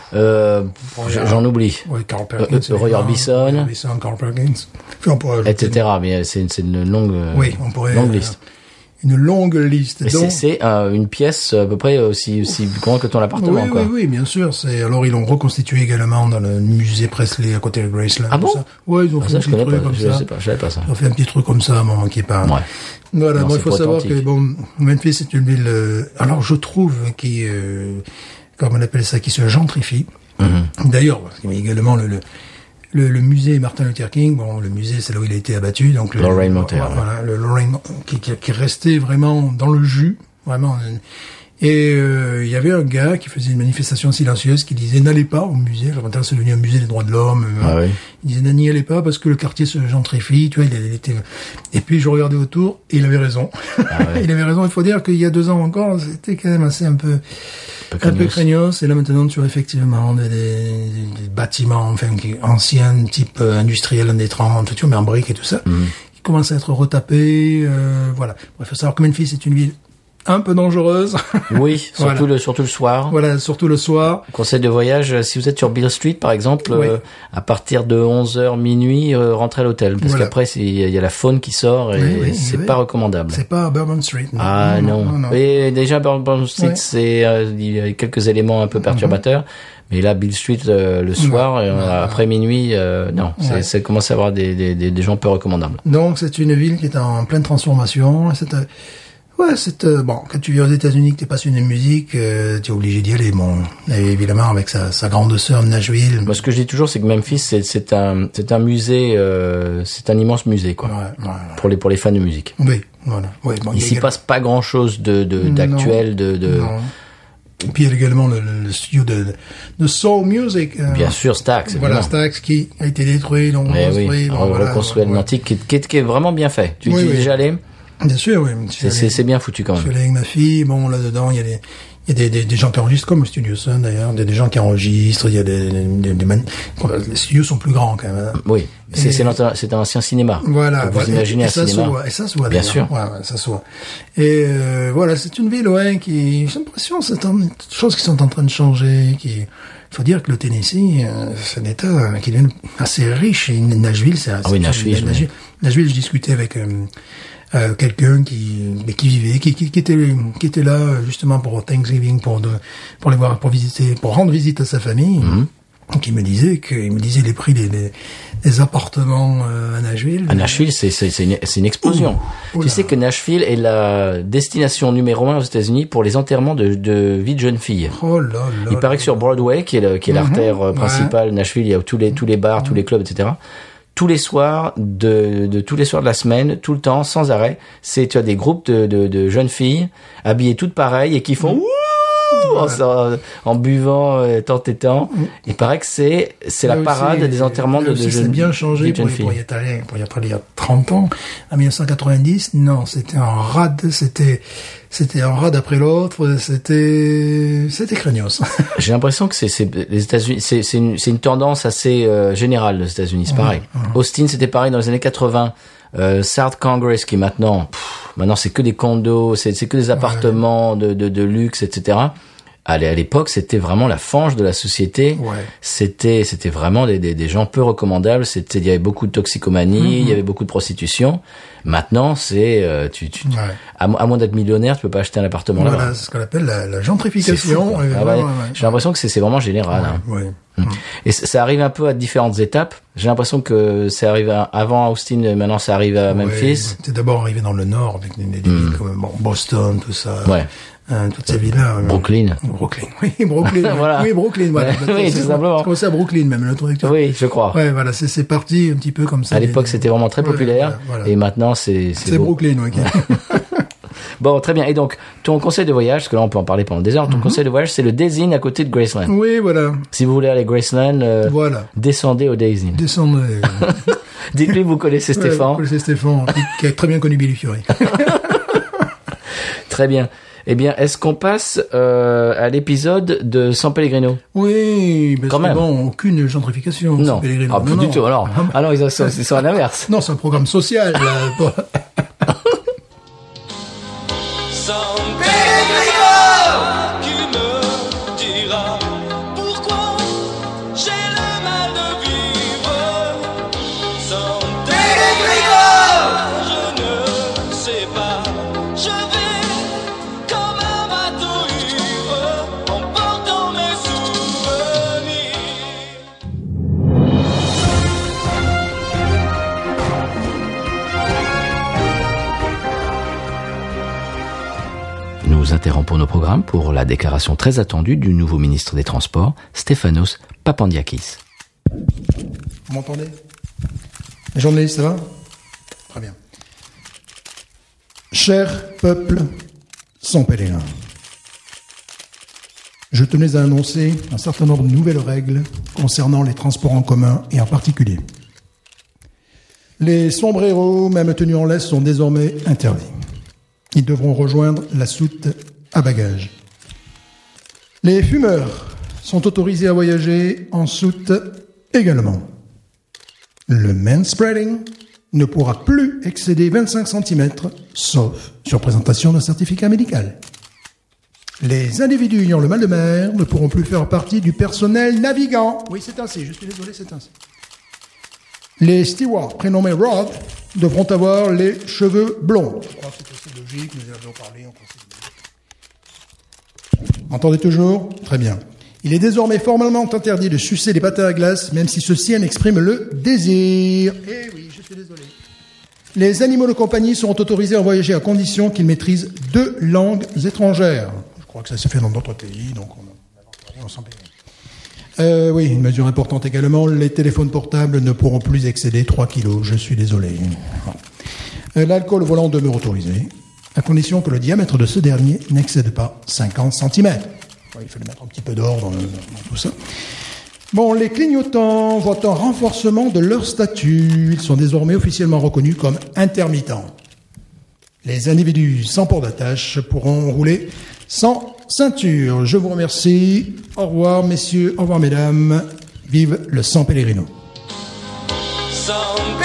[SPEAKER 1] j'en oublie.
[SPEAKER 2] Ouais, Carl Perkins,
[SPEAKER 1] Roy Orbison,
[SPEAKER 2] Carl Perkins,
[SPEAKER 1] etc. Mais c'est une longue, longue liste.
[SPEAKER 2] Une longue liste.
[SPEAKER 1] Donc, c'est une pièce à peu près aussi grande que ton appartement, quoi.
[SPEAKER 2] Oui, bien sûr. Alors, ils l'ont reconstitué également dans le musée Presley à côté de Graceland.
[SPEAKER 1] Ah bon?
[SPEAKER 2] Ça. Ouais, ils ont fait un petit truc comme ça.
[SPEAKER 1] Je savais pas ça.
[SPEAKER 2] Ils ont fait un petit truc comme ça à un moment qui est pas...
[SPEAKER 1] Ouais.
[SPEAKER 2] Voilà,
[SPEAKER 1] non,
[SPEAKER 2] bon, il faut savoir que, Memphis, c'est une ville, alors, je trouve, qui, comme on appelle ça, qui se gentrifie. D'ailleurs, il y a également le musée Martin Luther King, le musée, c'est là où il a été abattu, donc
[SPEAKER 1] Lorraine Montero.
[SPEAKER 2] Voilà, le Lorraine, qui est resté vraiment dans le jus, vraiment. Et il y avait un gars qui faisait une manifestation silencieuse qui disait n'allez pas au musée. Alors maintenant c'est devenu un musée des droits de l'homme.
[SPEAKER 1] Oui.
[SPEAKER 2] Il disait n'y allez pas parce que le quartier se gentrifie. Tu vois, il était. Et puis je regardais autour et il avait raison. Il avait raison. Il faut dire qu'il y a 2 ans encore, c'était quand même assez un peu craignos. Et là maintenant tu as effectivement des bâtiments, enfin anciens, type industriel années 30, tu vois, mais en briques et tout ça, qui commencent à être retapés. Voilà. Bref, il faut savoir que Memphis est une ville un peu dangereuse.
[SPEAKER 1] Oui, surtout le soir.
[SPEAKER 2] Voilà, surtout le soir.
[SPEAKER 1] Conseil de voyage, si vous êtes sur Beale Street, par exemple, à partir de 11h, minuit, rentrez à l'hôtel. Parce qu'après, il y a la faune qui sort et c'est pas recommandable.
[SPEAKER 2] C'est pas Bourbon Street. Non.
[SPEAKER 1] Ah, non. Et déjà, Bourbon Street, il y a quelques éléments un peu perturbateurs. Mais là, Beale Street, le soir, après minuit, non. Ça commence à avoir des gens peu recommandables.
[SPEAKER 2] Donc, c'est une ville qui est en pleine transformation. Bon, quand tu viens aux États-Unis, que t'es passionné de musique, tu es obligé d'y aller. Bon, évidemment, avec sa grande sœur Nashville.
[SPEAKER 1] Moi, ce que je dis toujours, c'est que Memphis, c'est un musée, c'est un immense musée, quoi.
[SPEAKER 2] Ouais.
[SPEAKER 1] Pour les fans de musique.
[SPEAKER 2] Oui, voilà. Oui, bon,
[SPEAKER 1] il s'y passe pas grand chose d'actuel,
[SPEAKER 2] Non. Et puis il y a également le studio de Soul Music.
[SPEAKER 1] Bien sûr, Stax.
[SPEAKER 2] Voilà, Stax qui a été détruit, donc
[SPEAKER 1] reconstruit à l'identique, qui est vraiment bien fait. Tu es déjà allé?
[SPEAKER 2] Bien sûr, oui.
[SPEAKER 1] C'est bien foutu quand même.
[SPEAKER 2] Je suis allé avec ma fille. Bon, là-dedans, il y a des gens qui enregistrent, comme le Studio Sun d'ailleurs, des gens qui enregistrent, il y a les studios sont plus grands quand même.
[SPEAKER 1] Oui, c'est un ancien cinéma.
[SPEAKER 2] Voilà.
[SPEAKER 1] Vous imaginez un cinéma.
[SPEAKER 2] Et ça se voit.
[SPEAKER 1] Bien sûr.
[SPEAKER 2] Ouais, ça se voit. Et voilà, c'est une ville, qui, j'ai l'impression, c'est des choses qui sont en train de changer, il faut dire que le Tennessee, c'est un état qui est assez riche, et Nashville, c'est assez...
[SPEAKER 1] Ah oui, Nashville.
[SPEAKER 2] Nashville, je discutais avec quelqu'un qui vivait, qui était là justement pour Thanksgiving, pour les voir, pour visiter, pour rendre visite à sa famille. Qui me disait les prix des appartements à Nashville.
[SPEAKER 1] À Nashville, c'est une explosion. Tu sais que Nashville est la destination numéro 1 aux États-Unis pour les enterrements de vie de jeunes filles.
[SPEAKER 2] Oh là là.
[SPEAKER 1] Il paraît que sur Broadway, qui est l'artère principale de Nashville, il y a tous les bars, tous les clubs, etc. Tous les soirs tous les soirs de la semaine, tout le temps, sans arrêt, tu as des groupes de jeunes filles habillées toutes pareilles et qui font en buvant tant et tant. Il paraît que c'est la parade des enterrements de jeunes filles.
[SPEAKER 2] C'est bien changé pour y être allé il y a 30 ans. En 1990, non, c'était un rad, c'était un rad après l'autre, c'était craignos.
[SPEAKER 1] J'ai l'impression que les États-Unis, c'est une tendance assez générale aux États-Unis, c'est pareil. Austin, c'était pareil dans les années 80. South Congress, qui maintenant c'est que des condos, c'est que des appartements de luxe, etc. À l'époque, c'était vraiment la fange de la société. C'était vraiment des gens peu recommandables. Il y avait beaucoup de toxicomanie, il y avait beaucoup de prostitution. Maintenant, c'est à moins d'être millionnaire, tu peux pas acheter un appartement là-bas.
[SPEAKER 2] Voilà, c'est ce qu'on appelle la gentrification.
[SPEAKER 1] J'ai l'impression que c'est vraiment général. Et ça arrive un peu à différentes étapes. J'ai l'impression que ça arrive avant à Austin, maintenant ça arrive à Memphis.
[SPEAKER 2] C'est d'abord arrivé dans le nord avec des villes comme Boston, tout ça. toutes ces villas.
[SPEAKER 1] Brooklyn.
[SPEAKER 2] Oui, Brooklyn.
[SPEAKER 1] Voilà.
[SPEAKER 2] Oui, Brooklyn, voilà.
[SPEAKER 1] Oui, tout simplement.
[SPEAKER 2] C'est commencé à Brooklyn, même, le truc.
[SPEAKER 1] Oui, je crois.
[SPEAKER 2] Ouais, voilà, c'est parti un petit peu comme ça.
[SPEAKER 1] À l'époque, c'était vraiment très populaire.
[SPEAKER 2] Voilà.
[SPEAKER 1] Et maintenant, c'est beau.
[SPEAKER 2] Brooklyn, ok.
[SPEAKER 1] Bon, très bien. Et donc, ton conseil de voyage, parce que là, on peut en parler pendant des heures, ton conseil de voyage, c'est le Days Inn à côté de Graceland.
[SPEAKER 2] Oui, voilà.
[SPEAKER 1] Si vous voulez aller à Graceland,
[SPEAKER 2] Voilà.
[SPEAKER 1] descendez au Days Inn.
[SPEAKER 2] Descendez.
[SPEAKER 1] Dites-lui, vous connaissez
[SPEAKER 2] Ouais,
[SPEAKER 1] Stéphane.
[SPEAKER 2] vous connaissez Stéphane, qui a très bien connu Billy Fury.
[SPEAKER 1] Très bien. Eh bien, est-ce qu'on passe à l'épisode de San Pellegrino?
[SPEAKER 2] Oui, mais
[SPEAKER 1] Quand même.
[SPEAKER 2] Bon, aucune gentrification.
[SPEAKER 1] Non.
[SPEAKER 2] c'est Pellegrino.
[SPEAKER 1] Ah, pas du tout. Alors, ils sont à l'inverse.
[SPEAKER 2] Non, c'est un programme social. Là.
[SPEAKER 4] San Pellegrino, qui me dira pourquoi j'ai le mal de vivre. San Pellegrino, je ne sais pas, je vais comme un bateau ivre en portant mes souvenirs.
[SPEAKER 1] Nous interrompons nos programmes pour la déclaration très attendue du nouveau ministre des Transports, Stéphanos Papandiakis.
[SPEAKER 2] Vous m'entendez? Les journalistes, ça va? Très bien. Cher peuple sans pèlerin, je tenais à annoncer un certain nombre de nouvelles règles concernant les transports en commun et en particulier. Les sombreros, même tenus en laisse, sont désormais interdits. Ils devront rejoindre la soute à bagages. Les fumeurs sont autorisés à voyager en soute également. Le manspreading ne pourra plus excéder 25 cm, sauf sur présentation d'un certificat médical. Les individus ayant le mal de mer ne pourront plus faire partie du personnel navigant. Oui, c'est ainsi, je suis désolé, c'est ainsi. Les stewards prénommés Rod devront avoir les cheveux blonds. Je crois que c'est assez logique, nous en avions parlé en conseil. Entendez toujours? Très bien. Il est désormais formellement interdit de sucer des patins à glace, même si ceux-ci en expriment le désir. Eh oui, je suis désolé. Les animaux de compagnie seront autorisés à voyager à condition qu'ils maîtrisent 2 langues étrangères. Je crois que ça se fait dans d'autres pays, donc on s'en paye. Oui, une mesure importante également, les téléphones portables ne pourront plus excéder 3 kilos, je suis désolé. L'alcool au volant demeure autorisé, à condition que le diamètre de ce dernier n'excède pas 50 cm. Il fallait mettre un petit peu d'ordre dans tout ça. Bon, les clignotants voient un renforcement de leur statut. Ils sont désormais officiellement reconnus comme intermittents. Les individus sans port d'attache pourront rouler sans ceinture. Je vous remercie. Au revoir, messieurs. Au revoir, mesdames. Vive le San Pellegrino.
[SPEAKER 4] San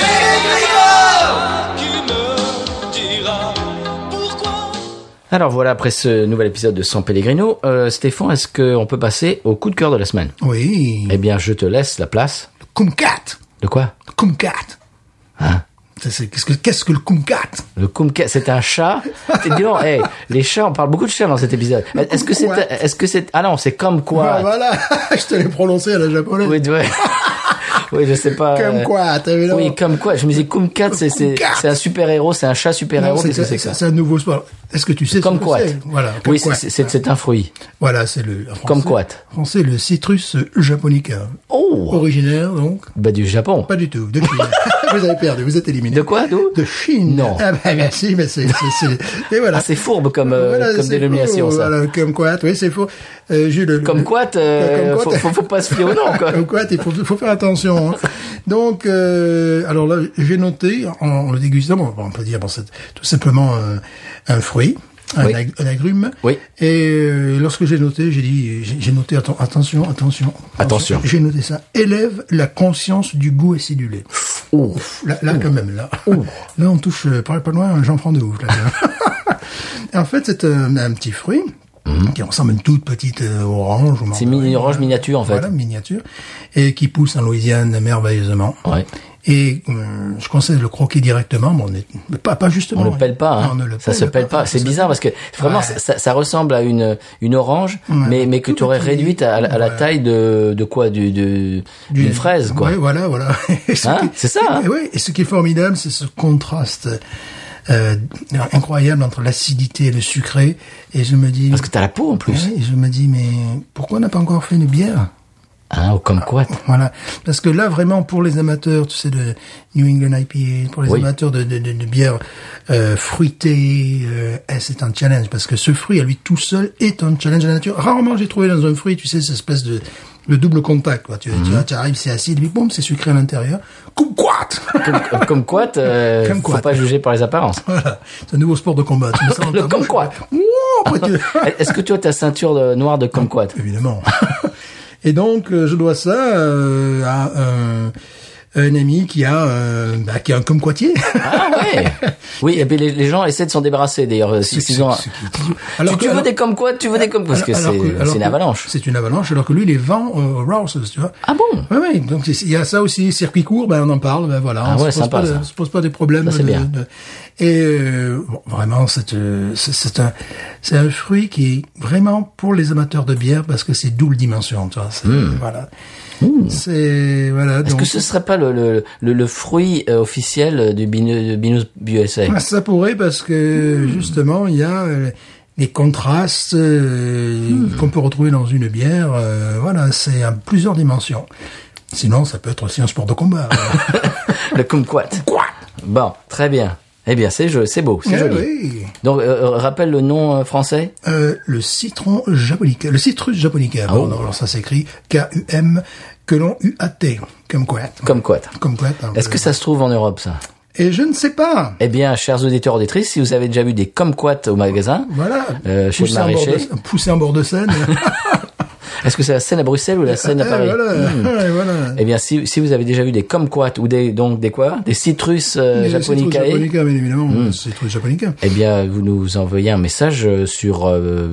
[SPEAKER 4] Pellegrino, qui me dira pourquoi.
[SPEAKER 1] Alors voilà, après ce nouvel épisode de San Pellegrino, Stéphane, est-ce qu'on peut passer au coup de cœur de la semaine?
[SPEAKER 2] Oui.
[SPEAKER 1] Eh bien, je te laisse la place.
[SPEAKER 2] Kumquat.
[SPEAKER 1] De quoi?
[SPEAKER 2] Kumquat.
[SPEAKER 1] Hein?
[SPEAKER 2] Qu'est-ce que le kumquat?
[SPEAKER 1] Le kumquat, c'est un chat. Dis donc, hey, les chats, on parle beaucoup de chats dans cet épisode. Est-ce que c'est, ah non, c'est comme quoi?
[SPEAKER 2] Ah, voilà, je te l'ai prononcé à la japonaise.
[SPEAKER 1] Oui, ouais. Oui, je sais pas.
[SPEAKER 2] Kumquat, évidemment.
[SPEAKER 1] Oui, comme quoi. Je me disais, kumquat, c'est un super-héros, c'est un chat super-héros. Qu'est-ce que c'est que ça?
[SPEAKER 2] C'est un nouveau sport. Est-ce que tu sais
[SPEAKER 1] Comme
[SPEAKER 2] ce que
[SPEAKER 1] quoi?
[SPEAKER 2] c'est? Voilà.
[SPEAKER 1] Oui, c'est un fruit.
[SPEAKER 2] Voilà, c'est le,
[SPEAKER 1] Comme quoi?
[SPEAKER 2] Français, le Citrus japonica.
[SPEAKER 1] Oh!
[SPEAKER 2] Originaire, donc.
[SPEAKER 1] Bah, du Japon.
[SPEAKER 2] Pas du tout, de Chine. Vous avez perdu, vous êtes éliminé.
[SPEAKER 1] De quoi, d'où?
[SPEAKER 2] De Chine.
[SPEAKER 1] Non.
[SPEAKER 2] Ah, bah, merci, mais c'est, et voilà.
[SPEAKER 1] Ah, c'est fourbe comme
[SPEAKER 2] c'est
[SPEAKER 1] dénomination,
[SPEAKER 2] faux,
[SPEAKER 1] ça.
[SPEAKER 2] Voilà, comme quoi, oui, c'est faux. Jules,
[SPEAKER 1] Comme quoi, faut pas se fier au nom, quoi.
[SPEAKER 2] Comme quoi, faut faire attention. Hein. Donc, alors là, j'ai noté, en le dégustant, on peut dire, bon, c'est tout simplement un fruit.
[SPEAKER 1] Oui.
[SPEAKER 2] Un agrume.
[SPEAKER 1] Oui.
[SPEAKER 2] Et lorsque j'ai noté, j'ai noté, attention. J'ai noté ça. Élève la conscience du goût acidulé. Ouf. Là, quand même, là. Là, on touche pas loin un Jean-Franc de ouf, là. Et en fait, c'est un petit fruit. Qui ressemble à une toute petite orange.
[SPEAKER 1] C'est une orange miniature, en fait.
[SPEAKER 2] Voilà, miniature. Et qui pousse en Louisiane merveilleusement.
[SPEAKER 1] Ouais.
[SPEAKER 2] Et je conseille de le croquer directement, mais pas justement.
[SPEAKER 1] On le pèle pas, hein.
[SPEAKER 2] Non,
[SPEAKER 1] Ça se pèle pas. C'est bizarre parce que vraiment, ça ressemble à une orange, mais que tu aurais réduite à la taille de quoi, d'une fraise, quoi.
[SPEAKER 2] Ouais, voilà.
[SPEAKER 1] Hein? C'est ça, hein?
[SPEAKER 2] Et ce qui est formidable, c'est ce contraste incroyable entre l'acidité et le sucré. Et je me dis...
[SPEAKER 1] Parce que t'as la peau en plus.
[SPEAKER 2] Ouais, et je me dis, mais pourquoi on n'a pas encore fait une bière?
[SPEAKER 1] Hein, au kumquat.
[SPEAKER 2] Voilà. Parce que là, vraiment, pour les amateurs, tu sais, de New England IPA, pour les
[SPEAKER 1] Oui.
[SPEAKER 2] amateurs de bière fruitée, c'est un challenge. Parce que ce fruit, à lui tout seul, est un challenge à la nature. Rarement, j'ai trouvé dans un fruit, tu sais, cette espèce de double contact, quoi. Tu arrives, c'est acide, lui, boum, c'est sucré à l'intérieur. Kumquat!
[SPEAKER 1] Kumquat, faut
[SPEAKER 2] Kumquat.
[SPEAKER 1] pas juger par les apparences.
[SPEAKER 2] Voilà. C'est un nouveau sport de combat. Tu mets ça dans
[SPEAKER 1] Le
[SPEAKER 2] ta bouche,
[SPEAKER 1] kumquat.
[SPEAKER 2] Ouah, après,
[SPEAKER 1] Est-ce que tu as ta ceinture noire de kumquat?
[SPEAKER 2] Évidemment. Et donc, je dois ça à un ami qui a un kumquatier.
[SPEAKER 1] Ah ouais. Oui, et puis les gens essaient de s'en débarrasser d'ailleurs. S'ils ont... Tu veux des kumquats, tu veux des kumquats, parce que c'est une avalanche.
[SPEAKER 2] C'est une avalanche, alors que lui, il les vend au Rouse's, tu vois.
[SPEAKER 1] Ah bon?
[SPEAKER 2] Ouais, ouais. Donc, il y a ça aussi, circuit court, on en parle, voilà.
[SPEAKER 1] Ah
[SPEAKER 2] on
[SPEAKER 1] ouais,
[SPEAKER 2] se pose
[SPEAKER 1] sympa, ça.
[SPEAKER 2] on se pose pas des problèmes.
[SPEAKER 1] Ça, c'est bien.
[SPEAKER 2] Et, bon, vraiment, c'est un fruit qui est vraiment pour les amateurs de bière parce que c'est double dimension, tu vois. Voilà. C'est, voilà.
[SPEAKER 1] Est-ce que ce serait pas le fruit officiel du Binous USA?
[SPEAKER 2] Ça pourrait parce que justement il y a les contrastes qu'on peut retrouver dans une bière. Voilà, c'est à plusieurs dimensions. Sinon, ça peut être aussi un sport de combat.
[SPEAKER 1] Le kumquat.
[SPEAKER 2] Quoi?
[SPEAKER 1] Bon, très bien. Eh bien, c'est beau, c'est joli.
[SPEAKER 2] Oui.
[SPEAKER 1] Donc, rappelle le nom français.
[SPEAKER 2] Le citron japonica, le citrus japonica.
[SPEAKER 1] Oh.
[SPEAKER 2] Bon, alors ça s'écrit K-U-M U-A-T. Kumquat.
[SPEAKER 1] Kumquat.
[SPEAKER 2] Kumquat.
[SPEAKER 1] Est-ce que ça se trouve en Europe, ça?
[SPEAKER 2] Et je ne sais pas.
[SPEAKER 1] Eh bien, chers auditeurs auditrices, si vous avez déjà vu des kumquats au magasin,
[SPEAKER 2] Voilà.
[SPEAKER 1] chez le maraîcher,
[SPEAKER 2] Poussé en bord de Seine.
[SPEAKER 1] est-ce que c'est la Seine à Bruxelles ou la Seine à Paris?
[SPEAKER 2] Voilà. Voilà.
[SPEAKER 1] Eh bien, si vous avez déjà vu des kumquats ou des citrus japonica,
[SPEAKER 2] Japonica, bien évidemment. Citrus japonica.
[SPEAKER 1] eh bien, vous nous envoyez un message sur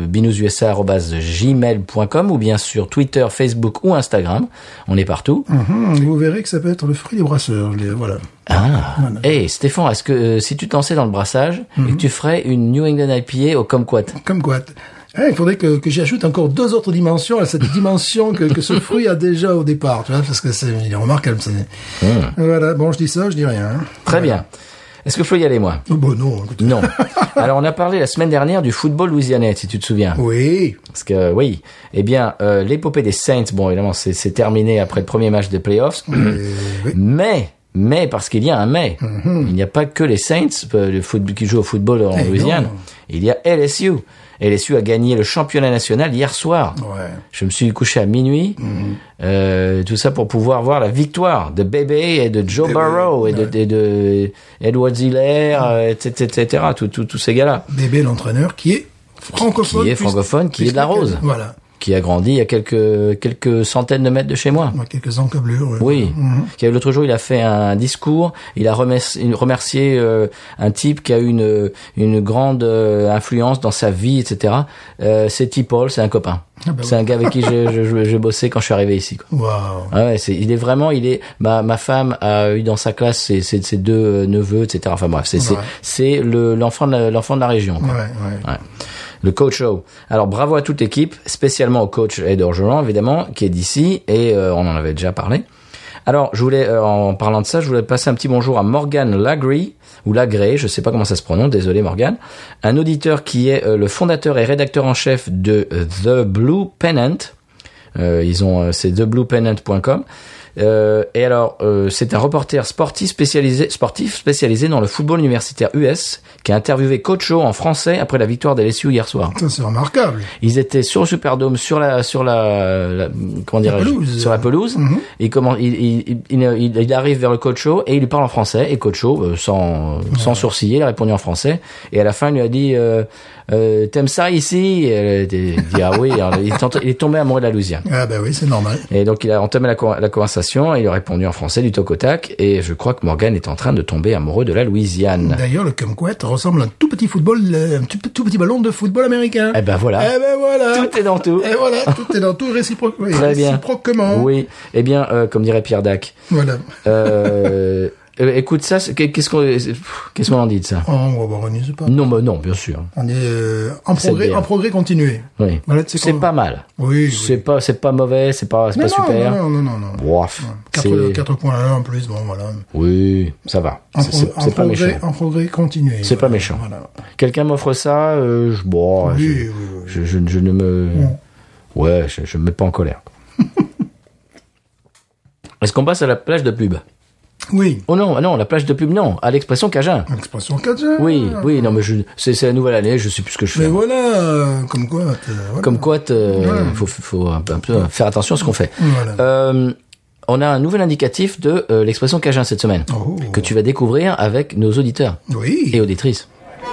[SPEAKER 1] binoususa@gmail.com ou bien sur Twitter, Facebook ou Instagram. On est partout.
[SPEAKER 2] Vous verrez que ça peut être le fruit des brasseurs. Voilà.
[SPEAKER 1] Ah. Hey, Stéphane, est-ce que si tu te lançais dans le brassage et que tu ferais une New England IPA au kumquat?
[SPEAKER 2] Kumquat. Il faudrait que j'y ajoute encore 2 autres dimensions à cette dimension que ce fruit a déjà au départ, tu vois, parce que il est remarquable. Voilà. Bon, je dis ça, je dis rien. Hein.
[SPEAKER 1] Très bien. Est-ce que je peux y aller, moi?
[SPEAKER 2] Oh, bon, non. Écoute.
[SPEAKER 1] Non. Alors, on a parlé la semaine dernière du football louisianais, si tu te souviens.
[SPEAKER 2] Oui.
[SPEAKER 1] Parce que, oui. Eh bien, l'épopée des Saints, bon, évidemment, c'est terminé après le premier match des playoffs.
[SPEAKER 2] Oui.
[SPEAKER 1] Mais, parce qu'il y a un mais. Il n'y a pas que les Saints qui jouent au football en Louisiane.
[SPEAKER 2] non.
[SPEAKER 1] Il y a LSU. LSU a gagné le championnat national hier soir.
[SPEAKER 2] Ouais.
[SPEAKER 1] Je me suis couché à minuit. Tout ça pour pouvoir voir la victoire de Bébé et de Joe Burrow et de Edward Ziller, etc. Tous ces gars-là.
[SPEAKER 2] Bébé, l'entraîneur, qui est francophone.
[SPEAKER 1] Qui est de la Rose.
[SPEAKER 2] Voilà.
[SPEAKER 1] Qui a grandi il y a quelques centaines de mètres de chez moi.
[SPEAKER 2] Quelques encablures. Ouais.
[SPEAKER 1] Oui. Qui l'autre jour, il a fait un discours. Il a remercié un type qui a eu une grande influence dans sa vie, etc. C'est T. Paul, c'est un copain.
[SPEAKER 2] Ah bah
[SPEAKER 1] C'est un gars avec qui je bossais quand je suis arrivé ici, quoi.
[SPEAKER 2] Waouh.
[SPEAKER 1] Ah ouais, ma femme a eu dans sa classe ses 2 neveux, etc. Enfin bref, c'est l'enfant de la région, quoi.
[SPEAKER 2] Ouais.
[SPEAKER 1] Le coach show. Alors bravo à toute l'équipe, spécialement au coach Ed Orgeron, évidemment, qui est d'ici, et on en avait déjà parlé. Alors, je voulais, en parlant de ça, je voulais passer un petit bonjour à Morgan Lagree, ou Lagree, je sais pas comment ça se prononce, désolé Morgan, un auditeur qui est le fondateur et rédacteur en chef de The Blue Pennant. C'est thebluepennant.com. Et alors, c'est un reporter sportif spécialisé dans le football universitaire US qui a interviewé Coach O en français après la victoire des LSU hier soir.
[SPEAKER 2] Ça, c'est remarquable.
[SPEAKER 1] Ils étaient sur le Superdome, sur la pelouse. Et il arrive vers le Coach O et il lui parle en français. Et Coach O, sans sourciller, il a répondu en français. Et à la fin, il lui a dit, t'aimes ça ici? Elle dit, ah oui. Alors, il est tombé amoureux de la Louisiane.
[SPEAKER 2] Ah bah oui, c'est normal.
[SPEAKER 1] Et donc il a entamé la conversation et il a répondu en français du toc au tac. Et je crois que Morgan est en train de tomber amoureux de la Louisiane.
[SPEAKER 2] D'ailleurs, le kumquat ressemble à un tout petit football, un tout petit ballon de football américain.
[SPEAKER 1] Eh ben voilà. Tout est dans tout.
[SPEAKER 2] Et voilà, tout est dans tout réciproquement.
[SPEAKER 1] Très bien.
[SPEAKER 2] Réciproquement.
[SPEAKER 1] Oui. Eh bien, comme dirait Pierre Dac.
[SPEAKER 2] Voilà.
[SPEAKER 1] Écoute, ça, qu'est-ce qu'on en dit de ça?
[SPEAKER 2] Oh, on va voir, on n'y est pas.
[SPEAKER 1] Non, mais non, bien sûr.
[SPEAKER 2] On est
[SPEAKER 1] C'est bien.
[SPEAKER 2] en progrès continué.
[SPEAKER 1] Oui.
[SPEAKER 2] Voilà,
[SPEAKER 1] C'est pas mal.
[SPEAKER 2] Oui.
[SPEAKER 1] C'est pas mauvais, c'est pas super.
[SPEAKER 2] Non.
[SPEAKER 1] Bof.
[SPEAKER 2] 4.1 en plus, bon, voilà.
[SPEAKER 1] Oui, ça va. C'est pas méchant.
[SPEAKER 2] En progrès continué.
[SPEAKER 1] C'est pas méchant.
[SPEAKER 2] Voilà.
[SPEAKER 1] Quelqu'un m'offre ça,
[SPEAKER 2] Oui.
[SPEAKER 1] je ne me... Ouais, je me mets pas en colère. Est-ce qu'on passe à la plage de pub?
[SPEAKER 2] Oui.
[SPEAKER 1] Oh non, la plage de pub, non. À l'expression Cajun.
[SPEAKER 2] L'expression Cajun.
[SPEAKER 1] Oui, non, mais c'est la nouvelle année, je sais plus ce que je fais.
[SPEAKER 2] Mais voilà, comme quoi. Voilà.
[SPEAKER 1] Comme quoi, faut un peu faire attention à ce qu'on fait.
[SPEAKER 2] Voilà.
[SPEAKER 1] On a un nouvel indicatif de l'expression Cajun cette semaine, que tu vas découvrir avec nos auditeurs
[SPEAKER 2] Oui.
[SPEAKER 1] et auditrices.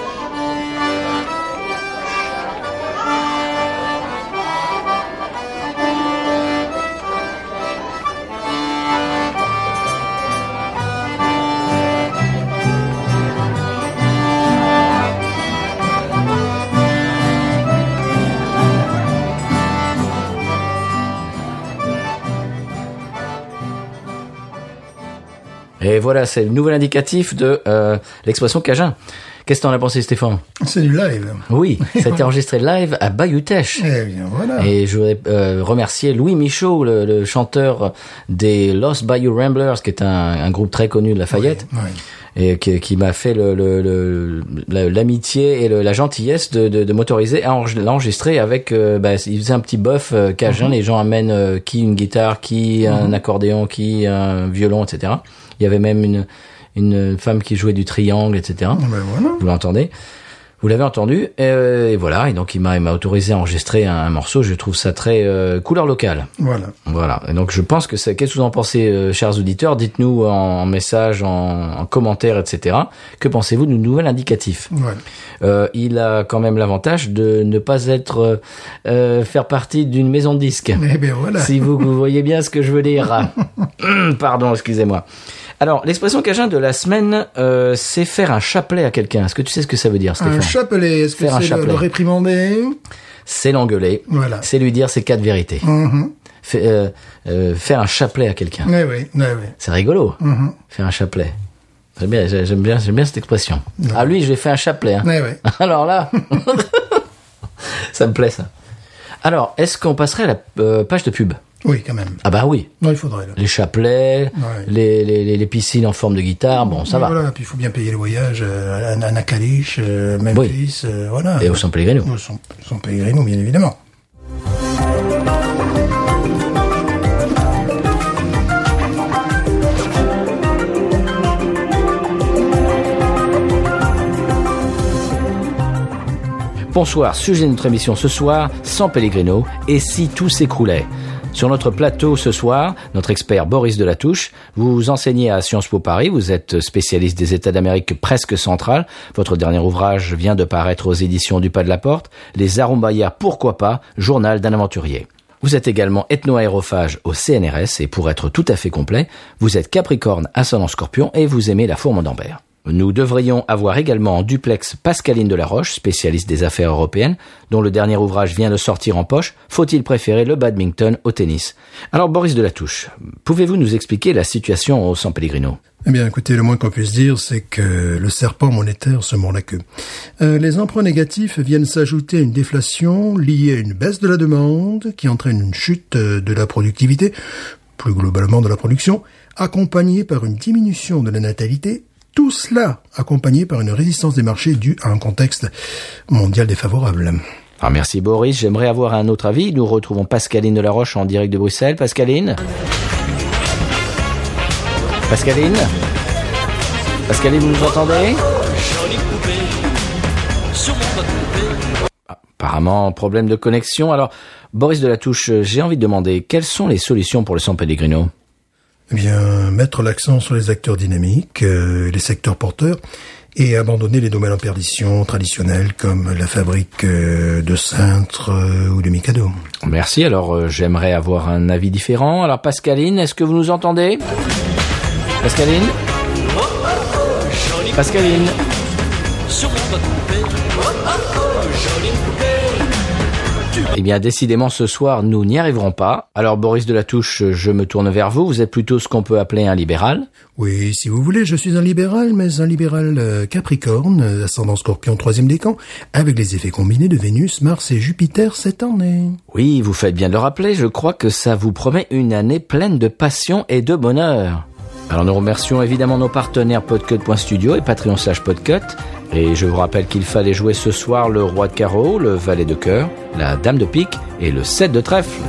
[SPEAKER 1] Et voilà, c'est le nouvel indicatif de l'expression Cajun. Qu'est-ce que t'en as pensé, Stéphane?
[SPEAKER 2] C'est du live.
[SPEAKER 1] Oui, ça a été enregistré live à Bayou-Teche.
[SPEAKER 2] Eh bien, voilà.
[SPEAKER 1] Et je voudrais remercier Louis Michaud, le chanteur des Lost Bayou Ramblers, qui est un groupe très connu de Lafayette.
[SPEAKER 2] Oui.
[SPEAKER 1] Et qui m'a fait l'amitié et la gentillesse de m'autoriser à l'enregistrer avec il faisait un petit buff Cajun. Les gens amènent qui une guitare, qui un accordéon, qui un violon, etc. Il y avait même une femme qui jouait du triangle, etc.
[SPEAKER 2] Ben voilà.
[SPEAKER 1] Vous l'entendez? Vous l'avez entendu, et voilà. Et donc il m'a autorisé à enregistrer un morceau. Je trouve ça très couleur locale. Voilà. Et donc je pense que c'est. Qu'est-ce que vous en pensez, chers auditeurs? Dites-nous en message, en commentaire, etc. Que pensez-vous du nouvel indicatif?
[SPEAKER 2] Voilà.
[SPEAKER 1] Il a quand même l'avantage de ne pas être faire partie d'une maison de disques.
[SPEAKER 2] Eh bien voilà.
[SPEAKER 1] Si vous voyez bien ce que je veux dire. Pardon, excusez-moi. Alors, l'expression Cajun de la semaine, c'est faire un chapelet à quelqu'un. Est-ce que tu sais ce que ça veut dire, Stéphane?
[SPEAKER 2] Un chapelet, est-ce que
[SPEAKER 1] Faire un
[SPEAKER 2] c'est
[SPEAKER 1] chapelet.
[SPEAKER 2] le réprimander?
[SPEAKER 1] C'est l'engueuler.
[SPEAKER 2] Voilà.
[SPEAKER 1] C'est lui dire ses 4 vérités. Faire un chapelet à quelqu'un.
[SPEAKER 2] Oui.
[SPEAKER 1] C'est rigolo. Faire un chapelet. J'aime bien cette expression. À lui, j'ai fait un chapelet. Hein.
[SPEAKER 2] Oui.
[SPEAKER 1] Alors là, ça me plaît, ça. Alors, est-ce qu'on passerait à la page de pub?
[SPEAKER 2] Oui, quand même.
[SPEAKER 1] Ah bah oui.
[SPEAKER 2] Non, il faudrait, là.
[SPEAKER 1] Les chapelets,
[SPEAKER 2] Ouais.
[SPEAKER 1] les piscines en forme de guitare, bon, ça va.
[SPEAKER 2] Voilà, puis il faut bien payer le voyage à Nacalish, Memphis, voilà.
[SPEAKER 1] Et au San Pellegrino.
[SPEAKER 2] Au San Pellegrino, bien évidemment.
[SPEAKER 1] Bonsoir, sujet de notre émission ce soir, San Pellegrino, et si tout s'écroulait? Sur notre plateau ce soir, notre expert Boris Delatouche, vous enseignez à Sciences Po Paris, vous êtes spécialiste des États d'Amérique presque centrale, votre dernier ouvrage vient de paraître aux éditions du Pas de la Porte, Les Arumbayas, pourquoi pas, journal d'un aventurier. Vous êtes également ethno-aérophage au CNRS et pour être tout à fait complet, vous êtes Capricorne ascendant Scorpion et vous aimez la fourme d'Ambert. Nous devrions avoir également en duplex Pascaline Delaroche, spécialiste des affaires européennes, dont le dernier ouvrage vient de sortir en poche, Faut-il préférer le badminton au tennis? Alors Boris Delatouche, pouvez-vous nous expliquer la situation au San Pellegrino?
[SPEAKER 2] Eh bien, écoutez, le moins qu'on puisse dire, c'est que le serpent monétaire se mord la queue. Les emprunts négatifs viennent s'ajouter à une déflation liée à une baisse de la demande, qui entraîne une chute de la productivité, plus globalement de la production, accompagnée par une diminution de la natalité, tout cela accompagné par une résistance des marchés due à un contexte mondial défavorable.
[SPEAKER 1] Ah, merci Boris, j'aimerais avoir un autre avis. Nous retrouvons Pascaline Delaroche en direct de Bruxelles. Pascaline, vous nous entendez? Apparemment, problème de connexion. Alors, Boris Delatouche, j'ai envie de demander, quelles sont les solutions pour le San Pellegrino?
[SPEAKER 2] Eh bien, mettre l'accent sur les acteurs dynamiques, les secteurs porteurs, et abandonner les domaines en perdition traditionnels comme la fabrique de cintres ou de Mikado.
[SPEAKER 1] Merci, alors j'aimerais avoir un avis différent. Alors Pascaline, est-ce que vous nous entendez? Pascaline? Eh bien, décidément, ce soir, nous n'y arriverons pas. Alors, Boris Delatouche, je me tourne vers vous. Vous êtes plutôt ce qu'on peut appeler un libéral.
[SPEAKER 2] Oui, si vous voulez, je suis un libéral, mais un libéral Capricorne, ascendant Scorpion, 3e décan, avec les effets combinés de Vénus, Mars et Jupiter cette année.
[SPEAKER 1] Oui, vous faites bien de le rappeler. Je crois que ça vous promet une année pleine de passion et de bonheur. Alors, nous remercions évidemment nos partenaires podcut.studio et Patreon/podcut. Et je vous rappelle qu'il fallait jouer ce soir le roi de carreau, le valet de cœur, la dame de pique et le 7 de trèfle.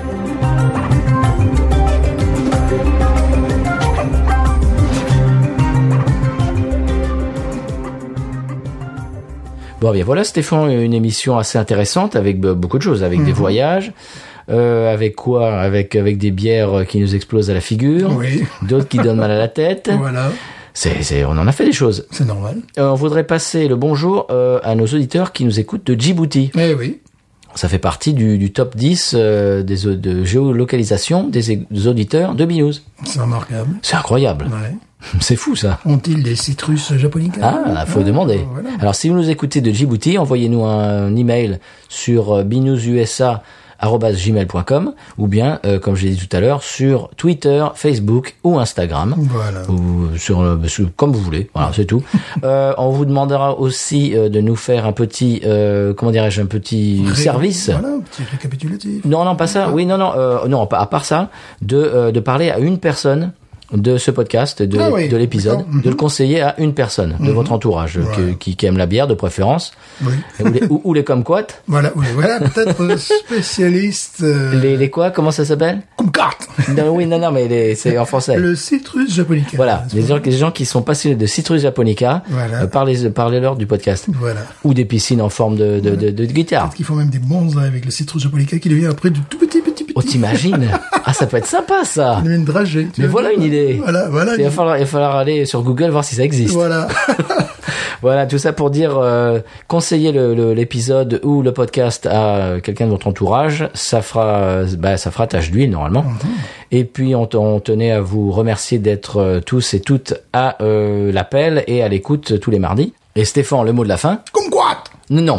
[SPEAKER 1] Bon, bien voilà, Stéphane, une émission assez intéressante avec beaucoup de choses, avec des voyages, avec quoi, avec des bières qui nous explosent à la figure,
[SPEAKER 2] Oui.
[SPEAKER 1] d'autres qui donnent mal à la tête.
[SPEAKER 2] Voilà,
[SPEAKER 1] On en a fait des choses.
[SPEAKER 2] c'est normal.
[SPEAKER 1] On voudrait passer le bonjour à nos auditeurs qui nous écoutent de Djibouti.
[SPEAKER 2] Eh oui.
[SPEAKER 1] Ça fait partie du top 10 de géolocalisation des auditeurs de Binous.
[SPEAKER 2] C'est remarquable.
[SPEAKER 1] C'est incroyable.
[SPEAKER 2] Ouais.
[SPEAKER 1] C'est fou, ça.
[SPEAKER 2] Ont-ils des citrus japonica?
[SPEAKER 1] Ah, faut demander.
[SPEAKER 2] Voilà.
[SPEAKER 1] Alors, si vous nous écoutez de Djibouti, envoyez-nous un email sur binoususa@gmail.com ou bien, comme je l'ai dit tout à l'heure, sur Twitter, Facebook ou Instagram.
[SPEAKER 2] Voilà.
[SPEAKER 1] Ou comme vous voulez. Voilà, c'est tout. On vous demandera aussi de nous faire un petit, un petit service.
[SPEAKER 2] Voilà, un petit récapitulatif.
[SPEAKER 1] Non, pas ça. Oui, non, à part ça, de parler à une personne de ce podcast, de l'épisode,
[SPEAKER 2] d'accord.
[SPEAKER 1] de le conseiller à une personne de votre entourage
[SPEAKER 2] Voilà.
[SPEAKER 1] qui aime la bière de préférence,
[SPEAKER 2] Oui.
[SPEAKER 1] ou les kumquats.
[SPEAKER 2] Voilà, oui, voilà, peut-être spécialiste.
[SPEAKER 1] Les quoi? Comment ça s'appelle?
[SPEAKER 2] Kumquat.
[SPEAKER 1] Non, mais c'est en français.
[SPEAKER 2] Le citrus japonica.
[SPEAKER 1] Voilà, les gens qui sont passionnés de Citrus japonica,
[SPEAKER 2] Voilà.
[SPEAKER 1] parlez-leur du podcast.
[SPEAKER 2] Voilà.
[SPEAKER 1] Ou des piscines en forme de guitare.
[SPEAKER 2] Peut-être qu'ils font même des bonsaïs avec le citrus japonica qui devient après du tout petit.
[SPEAKER 1] Oh, t'imagines? Ah, ça peut être sympa, ça.
[SPEAKER 2] Il devient une dragée.
[SPEAKER 1] Mais voilà une idée.
[SPEAKER 2] Voilà.
[SPEAKER 1] Il va falloir aller sur Google voir si ça existe.
[SPEAKER 2] Voilà.
[SPEAKER 1] Voilà, tout ça pour dire conseiller l'épisode ou le podcast à quelqu'un de votre entourage, ça fera tache d'huile normalement. Et puis on tenait à vous remercier d'être tous et toutes à l'appel et à l'écoute tous les mardis. Et Stéphane, le mot de la fin?
[SPEAKER 2] Kumquat.
[SPEAKER 1] Non.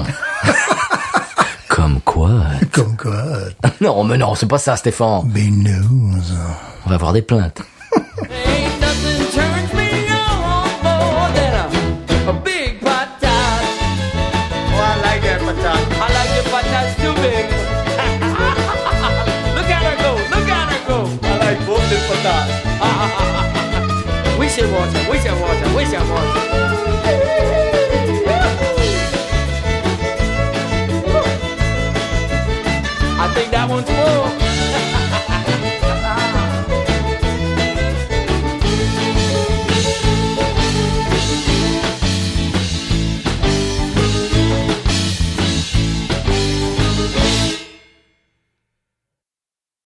[SPEAKER 1] Comme quoi?
[SPEAKER 2] Comme quoi.
[SPEAKER 1] Non, mais non, c'est pas ça, Stéphane.
[SPEAKER 2] Binous.
[SPEAKER 1] On va avoir des plaintes.
[SPEAKER 4] Ain't nothing turns me on more than a big patat. Oh, I like that patat. I like the patats too big. Look at her go, look at her go. I like both the patats. We should watch her, we should watch her, we should watch her. I think that one's full.